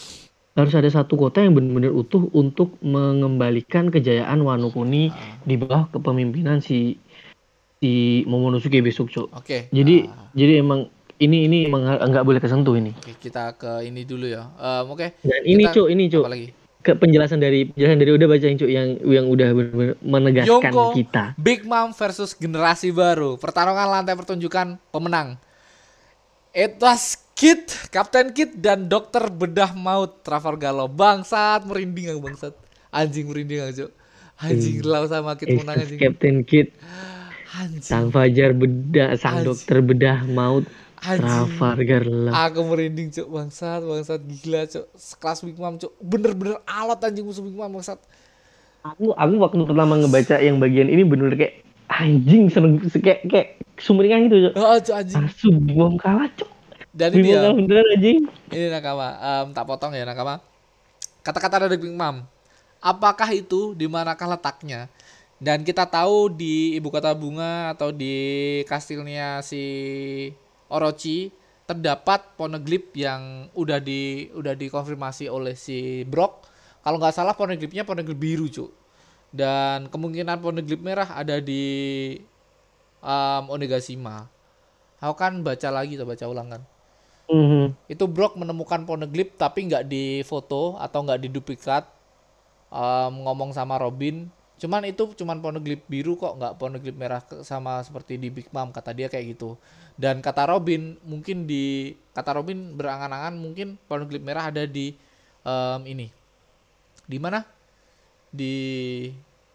harus ada satu kota yang benar-benar utuh untuk mengembalikan kejayaan Wano Kuni di bawah kepemimpinan si Momonosuke besok, Cok. Oke. Jadi emang ini emang nggak boleh kesentuh ini. Oke, kita ke ini dulu ya. Oke. Dan ini, Cok, apa lagi? Ke penjelasan dari udah bacain, Cok, yang udah benar-benar menegaskan Yonko, kita. Big Mom versus generasi baru. Pertarungan lantai pertunjukan pemenang. Etas Kid, Kapten Kid dan Dokter Bedah Maut Trafalgar Law. Bangsat, merinding aku bangsat. Anjing merinding aku, Cok. Anjing Law sama Kid menang anjing. Kapten Kid. Anjing. Sang Fajar Bedah, sang Dokter Bedah Maut Trafalgar Law. Aku merinding, Cok. Bangsat gila, Cok. Sekelas Big Mom, Cok. Bener-bener alot anjing musuh Big Mom, bangsat. Aku waktu pertama ngebaca yang bagian ini bener kayak anjing, seneng kayak sumringah gitu, Cok. Cok, anjing. Big Mom kalah, Cok. Dan ini ya, anjing. Ini Nakama, tak potong ya Nakama. Kata-kata dari Big Mom. Apakah itu di manakah letaknya? Dan kita tahu di ibu kota bunga atau di kastilnya si Orochi terdapat poneglyph yang udah dikonfirmasi oleh si Brock. Kalau nggak salah poneglyphnya poneglyph biru, Cuk. Dan kemungkinan poneglyph merah ada di Onigashima. Aku kan baca ulang kan. Itu Brock menemukan poneglyph tapi nggak di foto atau nggak di duplikat, ngomong sama Robin, cuman itu cuman poneglyph biru kok, nggak poneglyph merah sama seperti di Big Mom, kata dia kayak gitu. Dan kata Robin berangan-angan mungkin poneglyph merah ada di ini di mana di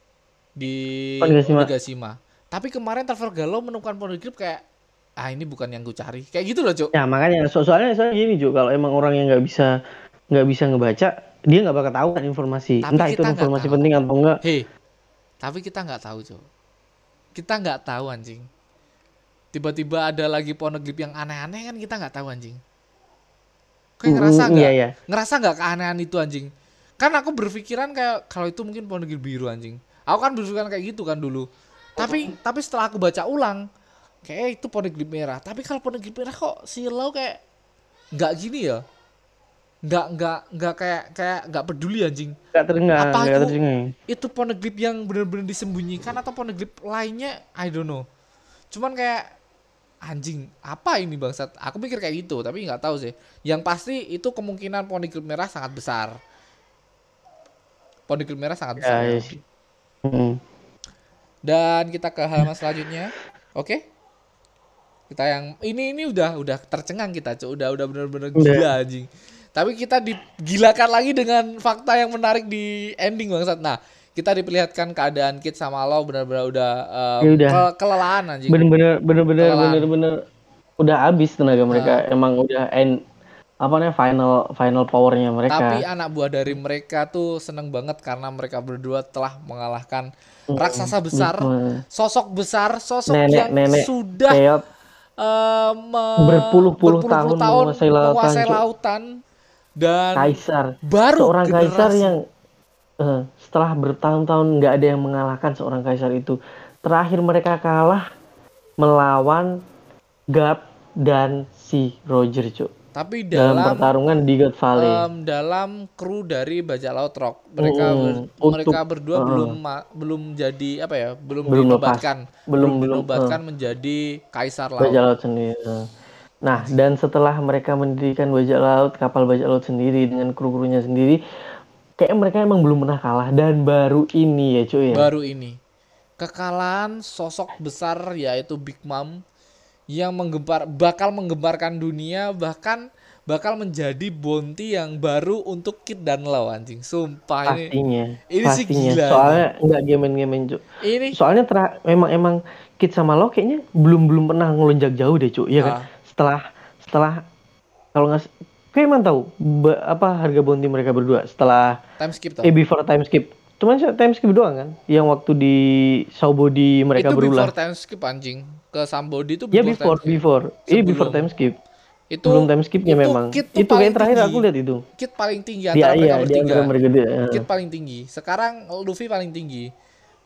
Onigashima. Tapi kemarin Trafalgar Law menemukan poneglyph kayak ini bukan yang gue cari, kayak gitu loh, Cok. Ya makanya soalnya gini, Cok, kalau emang orang yang nggak bisa ngebaca, dia nggak bakal tahu kan informasi. Tapi entah itu informasi penting atau enggak. Tapi kita nggak tahu, Cok. Kita nggak tahu anjing. Tiba-tiba ada lagi poneglyph yang aneh-aneh kan, kita nggak tahu anjing. Kayak ngerasa nggak keanehan itu anjing. Kan aku berpikiran kayak kalau itu mungkin poneglyph biru anjing. Aku kan berpikiran kayak gitu kan dulu. Tapi setelah aku baca ulang, kayak itu poneglyph merah. Tapi kalau poneglyph merah kok si Law kayak nggak gini ya? Nggak kayak nggak peduli anjing. Apa itu poneglyph yang benar-benar disembunyikan atau poneglyph lainnya? I don't know. Cuman kayak anjing apa ini bangsat? Aku pikir kayak gitu, tapi nggak tahu sih. Yang pasti itu kemungkinan poneglyph merah sangat besar. Poneglyph merah sangat besar. Ya. Dan kita ke halaman selanjutnya. Oke? Kita yang ini udah tercengang kita, Cuk. Udah benar-benar gila anjing. Tapi kita digilakan lagi dengan fakta yang menarik di ending bangsat. Nah, kita diperlihatkan keadaan Kid sama Law benar-benar udah kelelahan anjing. Bener-bener udah habis tenaga mereka. Emang udah final powernya mereka. Tapi anak buah dari mereka tuh seneng banget karena mereka berdua telah mengalahkan raksasa besar, sosok nenek sudah berpuluh-puluh tahun menguasai lautan. Dan seorang kaisar yang setelah bertahun-tahun nggak ada yang mengalahkan seorang kaisar itu. Terakhir mereka kalah melawan Garp dan si Roger, Cuk. Tapi dalam pertarungan di God Valley. Dalam kru dari Bajak Laut Rock, mereka berdua belum jadi apa ya? Belum dinobatkan menjadi kaisar laut. Bajak Laut sendiri. Nah, dan setelah mereka mendirikan bajak laut, kapal bajak laut sendiri dengan kru-krunya sendiri, kayak mereka emang belum pernah kalah. Dan baru ini ya, cuy ya. Baru ini kekalahan sosok besar yaitu Big Mom yang bakal menggemparkan dunia, bahkan bakal menjadi bounty yang baru untuk Kid dan Law anjing. Sumpah pastinya sih gila. Soalnya enggak gemen-gemen, Cuk. Soalnya emang Kid sama Law kayaknya belum pernah ngelonjak jauh deh, Cuk. Iya kan? Setelah kalau nggak kayak emang tahu apa harga bounty mereka berdua setelah time skip before time skip. Cuman time skip doang kan yang waktu di Saubody mereka berulang. Itu before time skip anjing. Ke Saubody itu before time skip. Itu belum time skipnya memang. Itu kayak terakhir aku lihat itu. Kid paling tinggi antara mereka bertiga. Mereka Kid paling tinggi. Sekarang Luffy paling tinggi.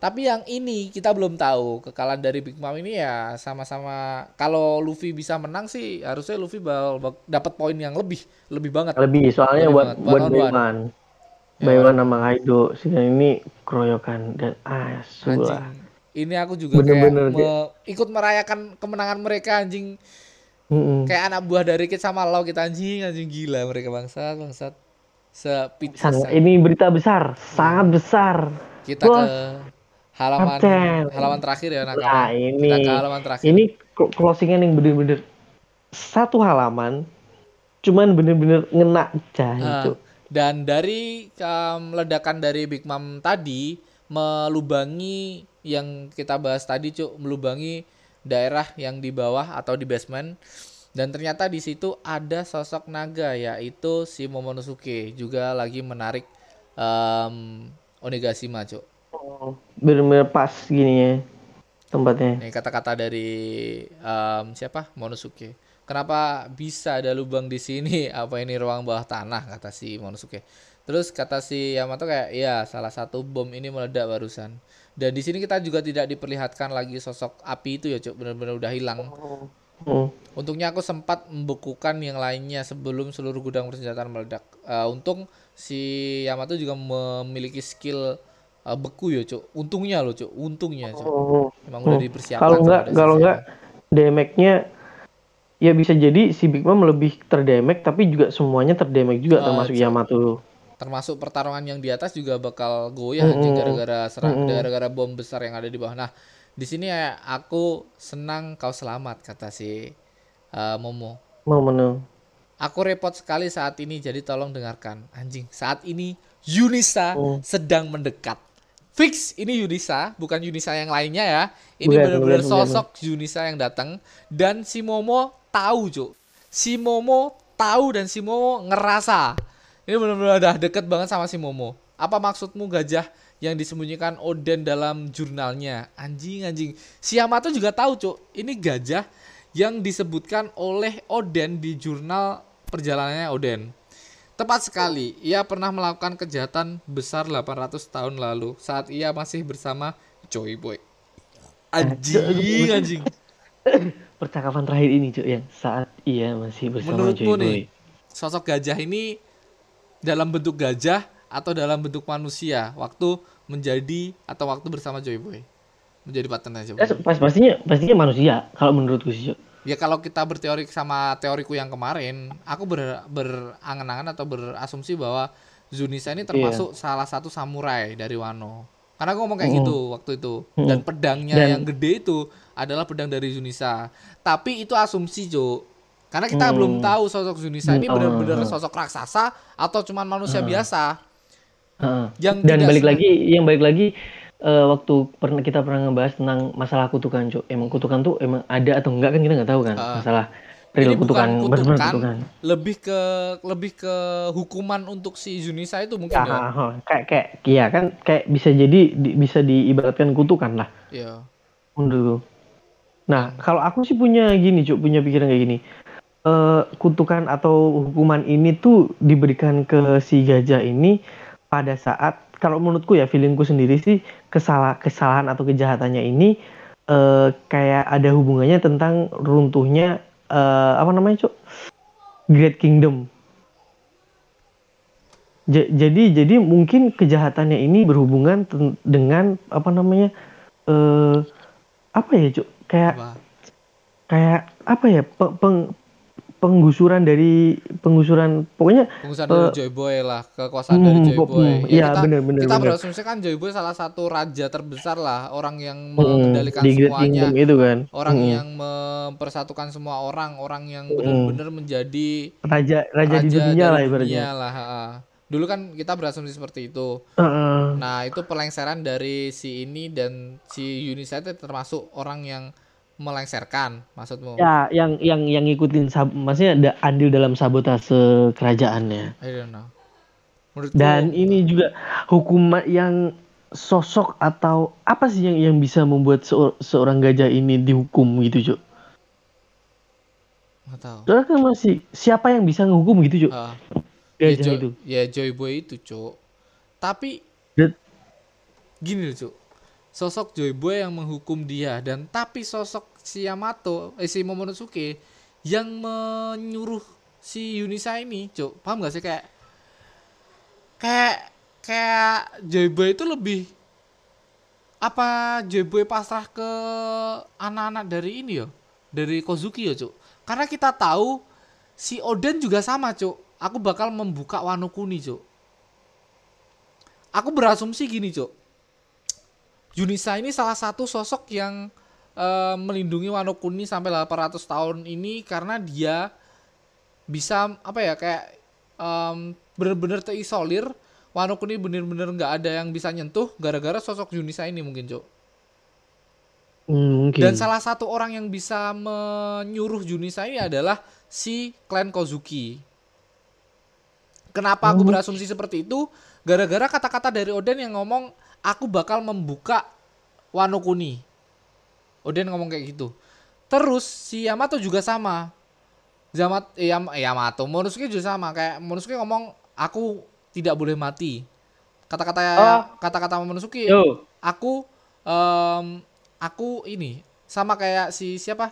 Tapi yang ini kita belum tahu. Kekalahan dari Big Mom ini ya sama-sama, kalau Luffy bisa menang sih harusnya Luffy dapat poin yang lebih banget. Lebih soalnya Lebih buat banget. buat On by one. one. Ya, By one one on sama one. Kaido. Sekarang ini keroyokan dan Anjing. sulah. Ini aku juga kayak Bener-bener kayak ikut merayakan kemenangan mereka anjing. mm-mm. Kayak anak buah dari Kid sama Law kita anjing gila mereka bangsat. Speechless aku. Ini berita besar, Iya. sangat besar. Kita ke Bos, halaman Kapten. halaman terakhir ya Nah, Nakama. Kita ke ini halaman terakhir. ini closingan yang bener-bener satu halaman, cuman bener-bener ngena Ah, jancuk. dan dari ledakan dari Big Mom tadi melubangi yang kita bahas tadi, Cuk, melubangi daerah yang di bawah atau di basement. Dan ternyata di situ ada sosok naga yaitu si Momonosuke juga lagi menarik Onigashima, Cuk. Oh, bener-bener pas gini ya tempatnya. Ini kata-kata dari siapa? Momonosuke. Kenapa bisa ada lubang di sini? Apa ini ruang bawah tanah? Kata si Momonosuke. Terus kata si Yamato kayak, ya salah satu bom ini meledak barusan. Dan di sini kita juga tidak diperlihatkan lagi sosok api itu ya, Cuk. Benar-benar udah hilang. Hmm. Untungnya aku sempat membekukan yang lainnya sebelum seluruh gudang persenjataan meledak. Untung si Yamato juga memiliki skill beku ya, Cuk. Untungnya loh, Cuk. Untungnya, Cuk. Emang udah dipersiapkan sama dari Kalau sisi enggak damage-nya ya bisa jadi si Big Mom lebih terdamage tapi juga semuanya terdamage juga termasuk Cuk. Yamato. Termasuk pertarungan yang di atas juga bakal goyah anjing gara-gara bom besar yang ada di bawah. Nah, di sini ya aku senang kau selamat kata si Momo. Mau menang. Aku repot sekali saat ini, jadi tolong dengarkan. Anjing, saat ini Yunisa sedang mendekat. Fix ini Yunisa, bukan Yunisa yang lainnya ya. Ini benar-benar sosok Yunisa yang datang. Dan si Momo tahu, Cuk. Si Momo tahu dan si Momo ngerasa. Ini benar-benar udah deket banget sama si Momo. Apa maksudmu gajah yang disembunyikan Oden dalam jurnalnya? Anjing. Si Yamato juga tahu, Cuk. Ini gajah yang disebutkan oleh Oden di jurnal perjalanannya Oden. Tepat sekali, ia pernah melakukan kejahatan besar 800 tahun lalu saat ia masih bersama Joy Boy. Anjing. Percakapan terakhir ini, Cuk, yang saat ia masih bersama Menurutmu Joy Boy. Nih, sosok gajah ini dalam bentuk gajah atau dalam bentuk manusia waktu menjadi atau waktu bersama Joy Boy? Menjadi partnernya Joy Boy. Pastinya manusia kalau menurutku sih, Cuk. Ya kalau kita berteori sama teoriku yang kemarin, aku berangan-angan atau berasumsi bahwa Zunisa ini termasuk salah satu samurai dari Wano. Karena aku ngomong kayak gitu waktu itu. Dan pedangnya yang gede itu adalah pedang dari Zunisa. Tapi itu asumsi, Jo. Karena kita belum tahu sosok Zunisa ini benar-benar sosok raksasa atau cuman manusia biasa. Yang balik lagi waktu kita pernah ngebahas tentang masalah kutukan, Cuk. Emang kutukan tuh emang ada atau enggak kan kita nggak tahu kan. Masalah ini bukan kutukan, lebih ke hukuman untuk si Zunisa itu mungkin ya. Kayak bisa jadi bisa diibaratkan kutukan lah. Iya. Menurutku. Nah, kalau aku sih punya pikiran kayak gini. Kutukan atau hukuman ini tuh diberikan ke si gajah ini pada saat, kalau menurutku ya, feelingku sendiri sih, kesalahan atau kejahatannya ini kayak ada hubungannya tentang runtuhnya Great Kingdom. Jadi mungkin kejahatannya ini berhubungan dengan penggusuran dari Joy Boy lah, kekuasaan dari Joy Boy. Ya, kita berasumsi kan Joy Boy salah satu raja terbesar lah, orang yang mengendalikan semuanya, itu kan. Orang yang mempersatukan semua orang yang benar-benar menjadi raja di dunia lah ibaratnya. Dulu kan kita berasumsi seperti itu. Nah, itu pelengseran dari si ini, dan si Yunisa itu termasuk orang yang melengserkan, maksudmu? Ya, yang ngikutin, maksudnya ada andil dalam sabotase kerajaannya. I don't know. Dan ini juga hukuman yang sosok atau apa sih yang bisa membuat seorang gajah ini dihukum gitu, Cuk? Nggak tahu. Soalnya kan masih siapa yang bisa ngehukum gitu, Cuk? Gajah itu. Ya Joy Boy itu, Cuk. Tapi gini loh, Cuk. sosok Joy Boy yang menghukum dia, dan tapi sosok si Yamato, si Momonosuke yang menyuruh si Yunisa ini, Cuk. Paham gak sih, kayak Joy Boy itu lebih apa, Joy Boy pasrah ke anak-anak dari ini ya, dari Kozuki ya, Cuk. Karena kita tahu si Oden juga sama, Cuk. Aku bakal membuka Wano Kuni, Cuk. Aku berasumsi gini, Cuk. Yunisa ini salah satu sosok yang melindungi Wano Kuni sampai 800 tahun ini karena dia bisa apa ya, kayak bener-bener terisolir. Wano Kuni bener-bener nggak ada yang bisa nyentuh gara-gara sosok Yunisa ini mungkin, Cok. Mungkin. Dan salah satu orang yang bisa menyuruh Yunisa ini adalah si klan Kozuki. Kenapa aku berasumsi seperti itu? Gara-gara kata-kata dari Oden yang ngomong, aku bakal membuka Wano Kuni. Oden ngomong kayak gitu. Terus si Yamato juga sama. Yamato, Momonosuke juga sama. Kayak Momonosuke ngomong, aku tidak boleh mati. Kata-kata Momonosuke, aku ini sama kayak si siapa?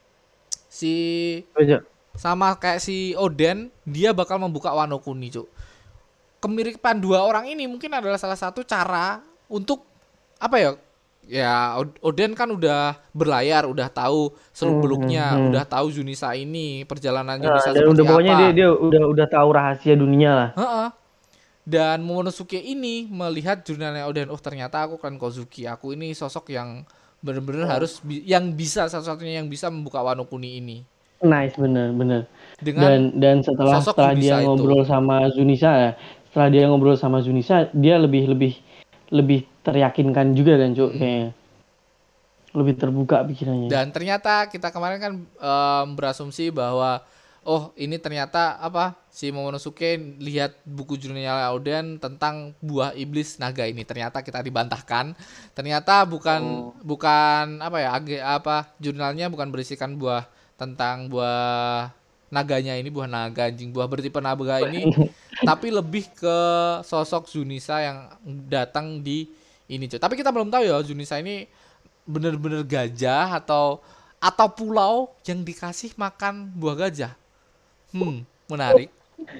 Sama kayak si Oden, dia bakal membuka Wano Kuni, Cuk. Kemiripan dua orang ini mungkin adalah salah satu cara untuk apa ya? Ya, Oden kan udah berlayar, udah tahu seluk-beluknya, udah tahu Yunisa ini, perjalanan Yunisa seperti apa. Pokoknya dia udah tahu rahasia dunia lah. Dan Momonosuke ini melihat jurnalnya Oden, oh ternyata aku kan Kozuki, aku ini sosok yang benar-benar harus yang bisa, satu-satunya yang bisa membuka Wano Kuni ini. Nice, bener. Dan setelah dia ngobrol sama Yunisa, dia lebih teryakinkan juga kan, Cuk, kayaknya. Lebih terbuka pikirannya. Dan ternyata kita kemarin kan berasumsi bahwa oh ini ternyata apa, si Momonosuke lihat buku jurnalnya Oden tentang buah iblis naga ini. Ternyata kita dibantahkan. Ternyata bukan apa ya, jurnalnya bukan berisikan tentang buah naganya ini, buah naga anjing, buah bertipe naga ini, tapi lebih ke sosok Yunisa yang datang di ini, Cuy. Tapi kita belum tahu ya Yunisa ini bener-bener gajah atau pulau yang dikasih makan buah gajah. Menarik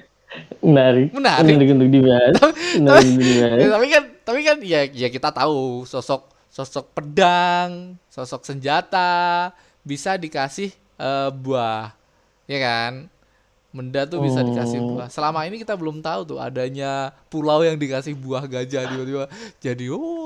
untuk dibahas. Tapi kan ya kita tahu sosok pedang, sosok senjata bisa dikasih buah, ya kan? Benda tuh bisa dikasih buah. Selama ini kita belum tahu tuh adanya pulau yang dikasih buah gajah, tiba-tiba jadi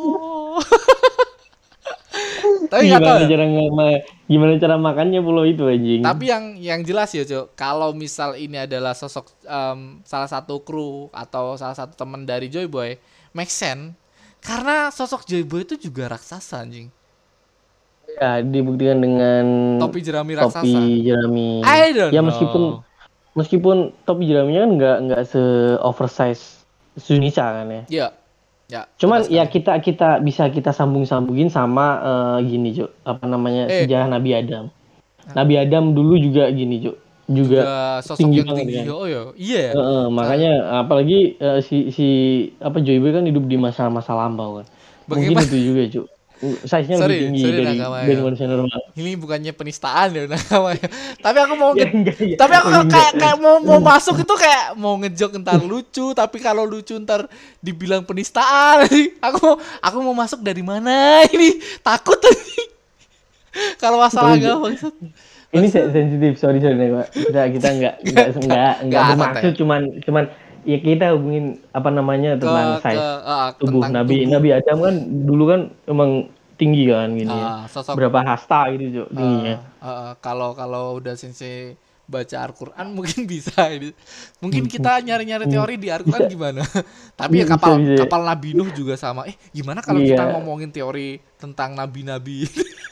Tapi gimana cara makannya pulau itu, anjing. Tapi yang jelas ya, Cok, kalau misal ini adalah sosok salah satu kru atau salah satu teman dari Joy Boy, make sense. Karena sosok Joy Boy itu juga raksasa, anjing. Ya, dibuktikan dengan topi jerami raksasa. I don't know. Meskipun topi jeraminya kan nggak se-oversize Yunisa kan ya. Iya. Ya, cuman ya kita bisa sambung-sambungin sama gini, Cuk. Apa namanya? Sejarah Nabi Adam. Nabi Adam dulu juga gini, Cuk. Juga sosok yang tinggi. Kan? Oh ya. Iya. Makanya apalagi si Joy Boy kan hidup di masa lampau kan. Mungkin itu juga, Cuk. Size-nya lebih tinggi dari manusia normal. Ini bukannya penistaan ya namanya. Tapi aku mau tapi aku kayak mau masuk itu kayak mau ngejok ntar lucu, tapi kalau lucu ntar dibilang penistaan. Aku mau masuk dari mana ini? Takut tadi. Kalau masalah agama. Ini sensitif, sorry Pak. Kita enggak bermaksud cuman ya kita hubungin apa namanya tentang size tubuh Nabi Adam kan dulu kan emang tinggi kan gini ya. Berapa hasta gitu, Cuk, tingginya. Kalau udah sensei baca Al-Qur'an mungkin bisa ini. Mungkin kita nyari-nyari teori di Al-Qur'an gimana. Tapi ya kapal Nabi Nuh juga sama. Gimana kalau kita ngomongin teori tentang nabi-nabi?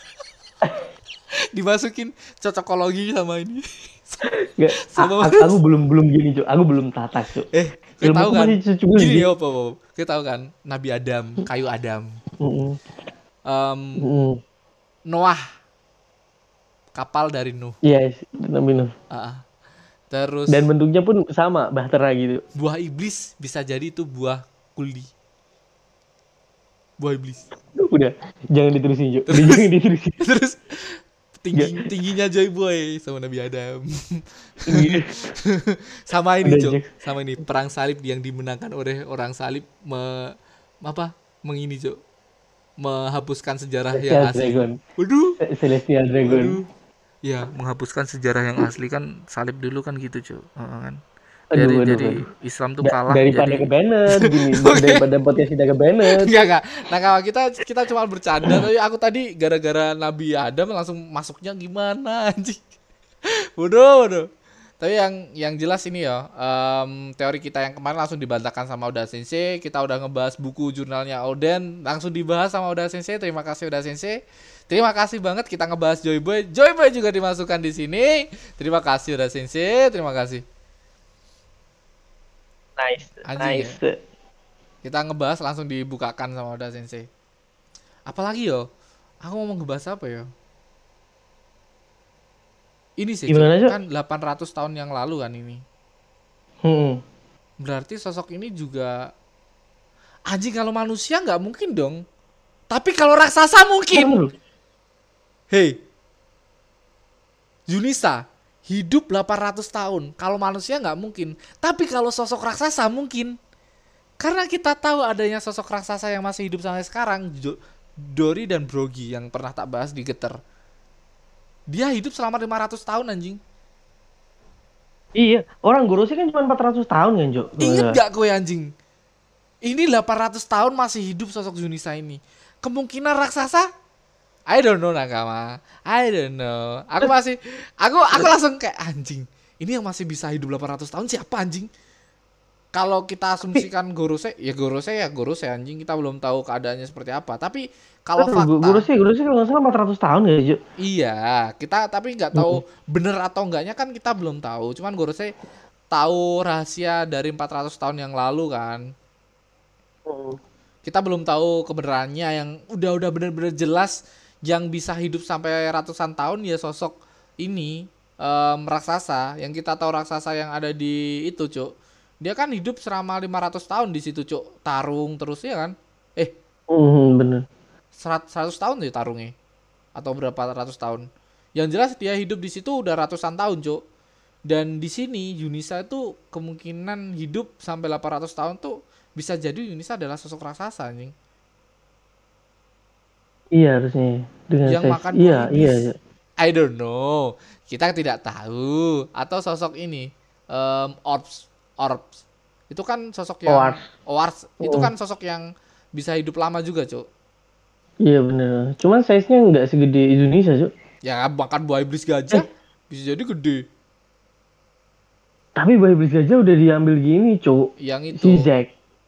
Dimasukin cocokologi sama ini. Aku belum gini, Cuk. Aku belum tatak, Cuk. Kita tahu kan? Gini apa? Kita tahu kan Nabi Adam, kayu Adam. Noah, kapal dari Nuh. Yes, Nabi Nuh. Terus. Dan bentuknya pun sama, bahtera gitu. Buah iblis bisa jadi itu buah kuldi. Buah iblis. Udah, jangan diterusin, Jo. Jangan diterusin. Terus tingginya Joy Boy sama Nabi Adam. Sama ini, Cok. Sama ini perang salib yang dimenangkan oleh orang salib mengini, Cok. Menghapuskan sejarah yang asli. Waduh. Celestial Dragon. Waduh. Ya, menghapuskan sejarah yang asli kan salib dulu kan gitu, Cok. Kan. Jadi Islam tuh kalah daripada ke Bennett gini. Daripada podcast kita ke Bennett. Enggak. Nah, kalau kita cuma bercanda, tapi aku tadi gara-gara Nabi Adam langsung masuknya gimana anjing. Bodoh. Tapi yang jelas ini ya, teori kita yang kemarin langsung dibantahkan sama Oda Sensei. Kita udah ngebahas buku jurnalnya Oden, langsung dibahas sama Oda Sensei. Terima kasih Oda Sensei. Terima kasih banget kita ngebahas Joy Boy. Joy Boy juga dimasukkan di sini. Terima kasih Oda Sensei. Terima kasih. Nice. Ya. Kita ngebahas langsung dibukakan sama Oda Sensei. Apalagi yo? Aku mau ngebahas apa ya? Ini sih kan 800 tahun yang lalu kan ini. Berarti sosok ini juga anjing, kalau manusia nggak mungkin dong. Tapi kalau raksasa mungkin. Hei. Yunisa hidup 800 tahun. Kalau manusia nggak mungkin. Tapi kalau sosok raksasa mungkin. Karena kita tahu adanya sosok raksasa yang masih hidup sampai sekarang. Dori dan Brogy yang pernah tak bahas di Getter. Dia hidup selama 500 tahun anjing. Iya, orang Gorosei kan cuma 400 tahun kan, Jo? Ingat gak kowe anjing? Ini 800 tahun masih hidup sosok Yunisa ini. Kemungkinan raksasa? I don't know Nakama. I don't know. Aku langsung kayak anjing. Ini yang masih bisa hidup 800 tahun siapa anjing? Kalau kita asumsikan Gorosei anjing, kita belum tahu keadaannya seperti apa. Tapi kalau fakta Gorosei kalau nggak salah 400 tahun ya, Jo? Iya, kita tapi nggak tahu bener atau enggaknya kan kita belum tahu. Cuman Gorosei tahu rahasia dari 400 tahun yang lalu kan. Kita belum tahu kebenarannya yang udah bener-bener jelas yang bisa hidup sampai ratusan tahun ya sosok ini raksasa. Yang kita tahu raksasa yang ada di itu, Cuk. Dia kan hidup selama 500 tahun di situ, Cuk. Tarung terus ya kan? Bener. 100 tahun ya tarungnya. Atau berapa ratus tahun. Yang jelas dia hidup di situ udah ratusan tahun, Cuk. Dan di sini Yunisa itu kemungkinan hidup sampai 800 tahun tuh bisa jadi Yunisa adalah sosok raksasa anjing. Iya harusnya. Dengan yang makan iya. I don't know. Kita tidak tahu. Atau sosok ini Orbs. Itu kan sosok yang Oars. Itu kan sosok yang bisa hidup lama juga, Cuk. Iya bener. Cuman size-nya nggak segede Indonesia, Cuk. Ya makan buah iblis gajah bisa jadi gede. Tapi buah iblis gajah udah diambil gini, Cuk. Yang itu. Si Zack.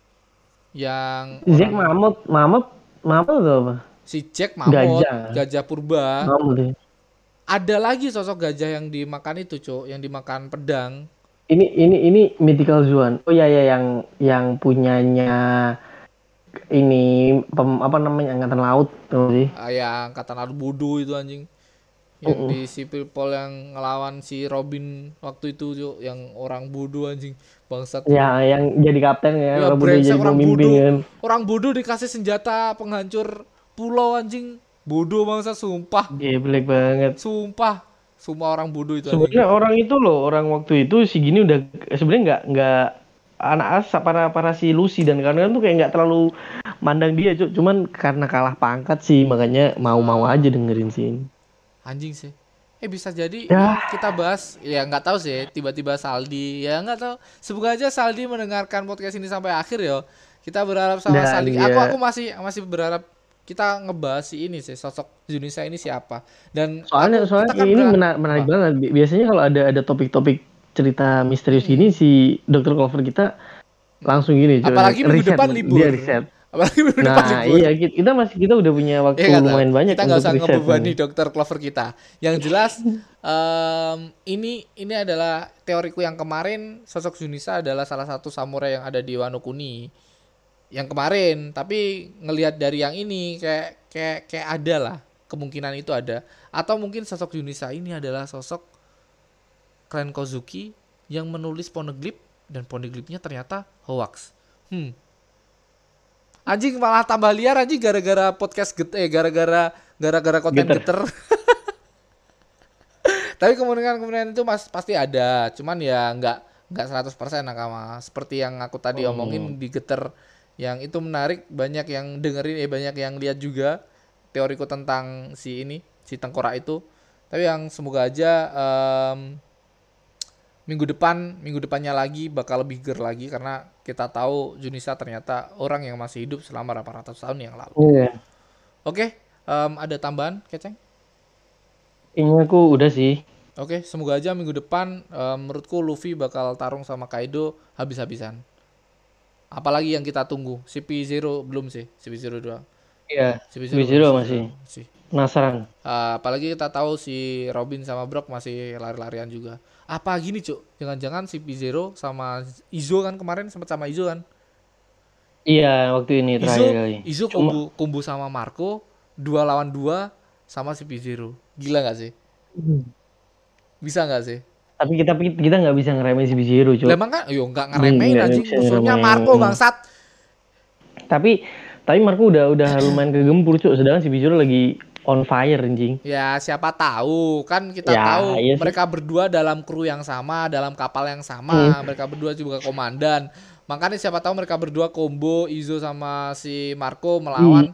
Zack mamut atau apa? Si Jack mamut, gajah purba. Mamut ya. Ada lagi sosok gajah yang dimakan itu, Cuk, yang dimakan pedang. Ini Mythical Zuan. Oh iya yang punyanya ini apa namanya angkatan laut tuh sih. Ya angkatan laut Budu itu anjing. Yang di Civil Pol yang ngelawan si Robin waktu itu, Cuk, yang orang Budu anjing. Bangsat. Ya, yang jadi kapten ya, orang Budu dikasih senjata penghancur pulau anjing. Bodoh bangsa, sumpah. Geblek banget. Sumpah orang bodoh itu. Sebenarnya orang itu loh, orang waktu itu si gini udah sebenarnya nggak anak asa para si Lucy dan kawan-kawan tuh kayak nggak terlalu mandang dia, cuman karena kalah pangkat sih makanya mau aja dengerin sih. Anjing sih. Bisa jadi kita bahas ya nggak tahu sih, tiba-tiba Saldi ya nggak tahu. Semoga aja Saldi mendengarkan podcast ini sampai akhir ya. Kita berharap sama Saldi. Aku masih berharap kita ngebahas si ini sih, sosok Yunisa ini siapa. Dan soalnya kan ini menarik banget. Biasanya kalau ada topik-topik cerita misterius gini si Dr. Clover kita langsung gini. Apalagi minggu depan libur. Dia riset. Apalagi minggu depan libur. Iya, kita udah punya waktu lumayan banyak. Kita nggak usah ngebebani Dr. Clover kita. Yang jelas ini adalah teoriku yang kemarin, sosok Yunisa adalah salah satu samurai yang ada di Wano Kuni. Yang kemarin, tapi ngelihat dari yang ini kayak ada lah, kemungkinan itu ada. Atau mungkin sosok Yunisa ini adalah sosok klan Kozuki yang menulis poneglyph dan poneglyphnya ternyata hoax. Anjing malah tambah liar anjing gara-gara podcast gara-gara konten geter. Tapi kemungkinan itu pasti ada. Cuman ya enggak 100% Nakama. Seperti yang aku tadi omongin di geter yang itu menarik, banyak yang dengerin, banyak yang lihat juga teoriku tentang si tengkorak itu. Tapi yang semoga aja minggu depannya lagi bakal lebih ger lagi karena kita tahu Junisa ternyata orang yang masih hidup selama berapa ratus tahun yang lalu. Oke, ada tambahan Keceng? Ini aku udah sih. Oke, semoga aja minggu depan menurutku Luffy bakal tarung sama Kaido habis-habisan. Apalagi yang kita tunggu, CP0 belum sih, CP0 doang. Iya, CP0 masih. Penasaran. Apalagi kita tahu si Robin sama Brock masih lari-larian juga. Apa gini Cuk? Jangan-jangan si CP0 sama Izo kan kemarin sempat sama Izo kan? Iya, waktu ini terakhir kali. Izo kumbu sama Marco 2 lawan 2 sama si CP0. Gila gak sih? Bisa gak sih? Tapi kita nggak bisa ngeremehin si CP0, Cuk. Emang kan? Yo nggak ngeremehin anjing, musuhnya Marco bangsat. Tapi Marco udah lumayan kegempur, Cuk. Sedangkan si CP0 lagi on fire anjing. Ya siapa tahu kan kita tahu iya mereka berdua dalam kru yang sama, dalam kapal yang sama, mereka berdua juga komandan. Makanya siapa tahu mereka berdua combo Izo sama si Marco melawan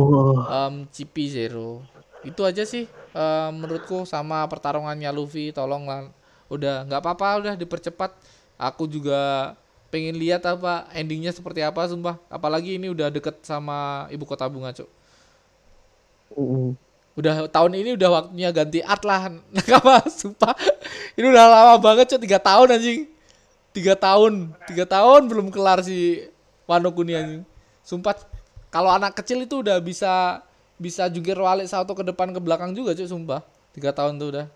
CP0. Itu aja sih menurutku sama pertarungannya Luffy, tolonglah udah nggak apa-apa udah dipercepat. Aku juga pengen lihat apa endingnya seperti apa sumpah. Apalagi ini udah deket sama ibu kota bunga, Cuk. Udah tahun ini udah waktunya ganti art lah. Nakama sumpah. Ini udah lama banget Cuk, 3 tahun anjing. 3 tahun belum kelar si Wano Kuni anjing. Sumpah kalau anak kecil itu udah bisa jungkir balik salto ke depan ke belakang juga Cuk, sumpah. 3 tahun tuh udah.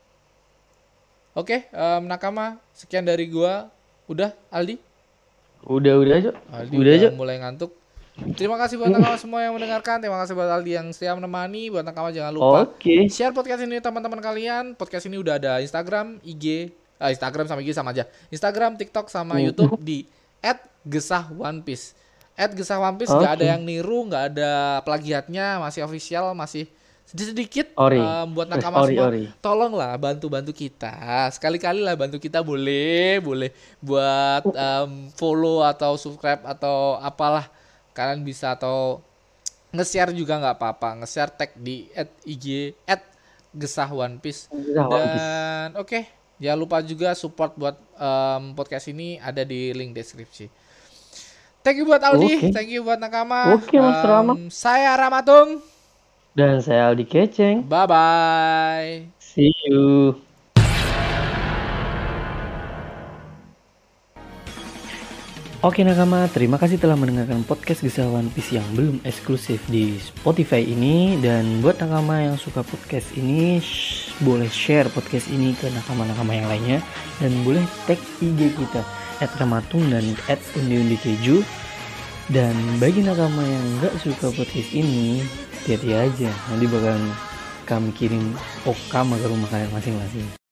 Oke, Nakama sekian dari gua. Udah Aldi? Udah Cuk. Aldi udah mulai ngantuk. Terima kasih buat Nakama semua yang mendengarkan. Terima kasih buat Aldi yang setia menemani. Buat Nakama jangan lupa share podcast ini teman-teman kalian. Podcast ini udah ada Instagram, IG, Instagram sama IG sama aja. Instagram, TikTok sama YouTube di @gesah1piece. @gesah1piece nggak ada yang niru, nggak ada plagiatnya, masih official, masih sedikit buat Nakama semua. Tolonglah bantu kita. Sekali-kali lah bantu kita boleh buat follow atau subscribe atau apalah. Kalian bisa atau nge-share juga nggak apa-apa, nge-share tag di @IG @gesah1piece. Dan oke, jangan lupa juga support buat podcast ini ada di link deskripsi. Thank you buat Aldi, thank you buat Nakama. Mas Rama. Saya Ramatung dan saya Aldi Keceng. Bye bye. See you. Oke Nakama, terima kasih telah mendengarkan podcast Gesah One Piece yang belum eksklusif di Spotify ini. Dan buat Nakama yang suka podcast ini, boleh share podcast ini ke Nakama-Nakama yang lainnya. Dan boleh tag IG kita @ramatung dan @undi-undi-keju. Dan bagi Nakama yang gak suka podcast ini, hati-hati aja, nanti bakal kami kirim okama ke rumah kalian masing-masing.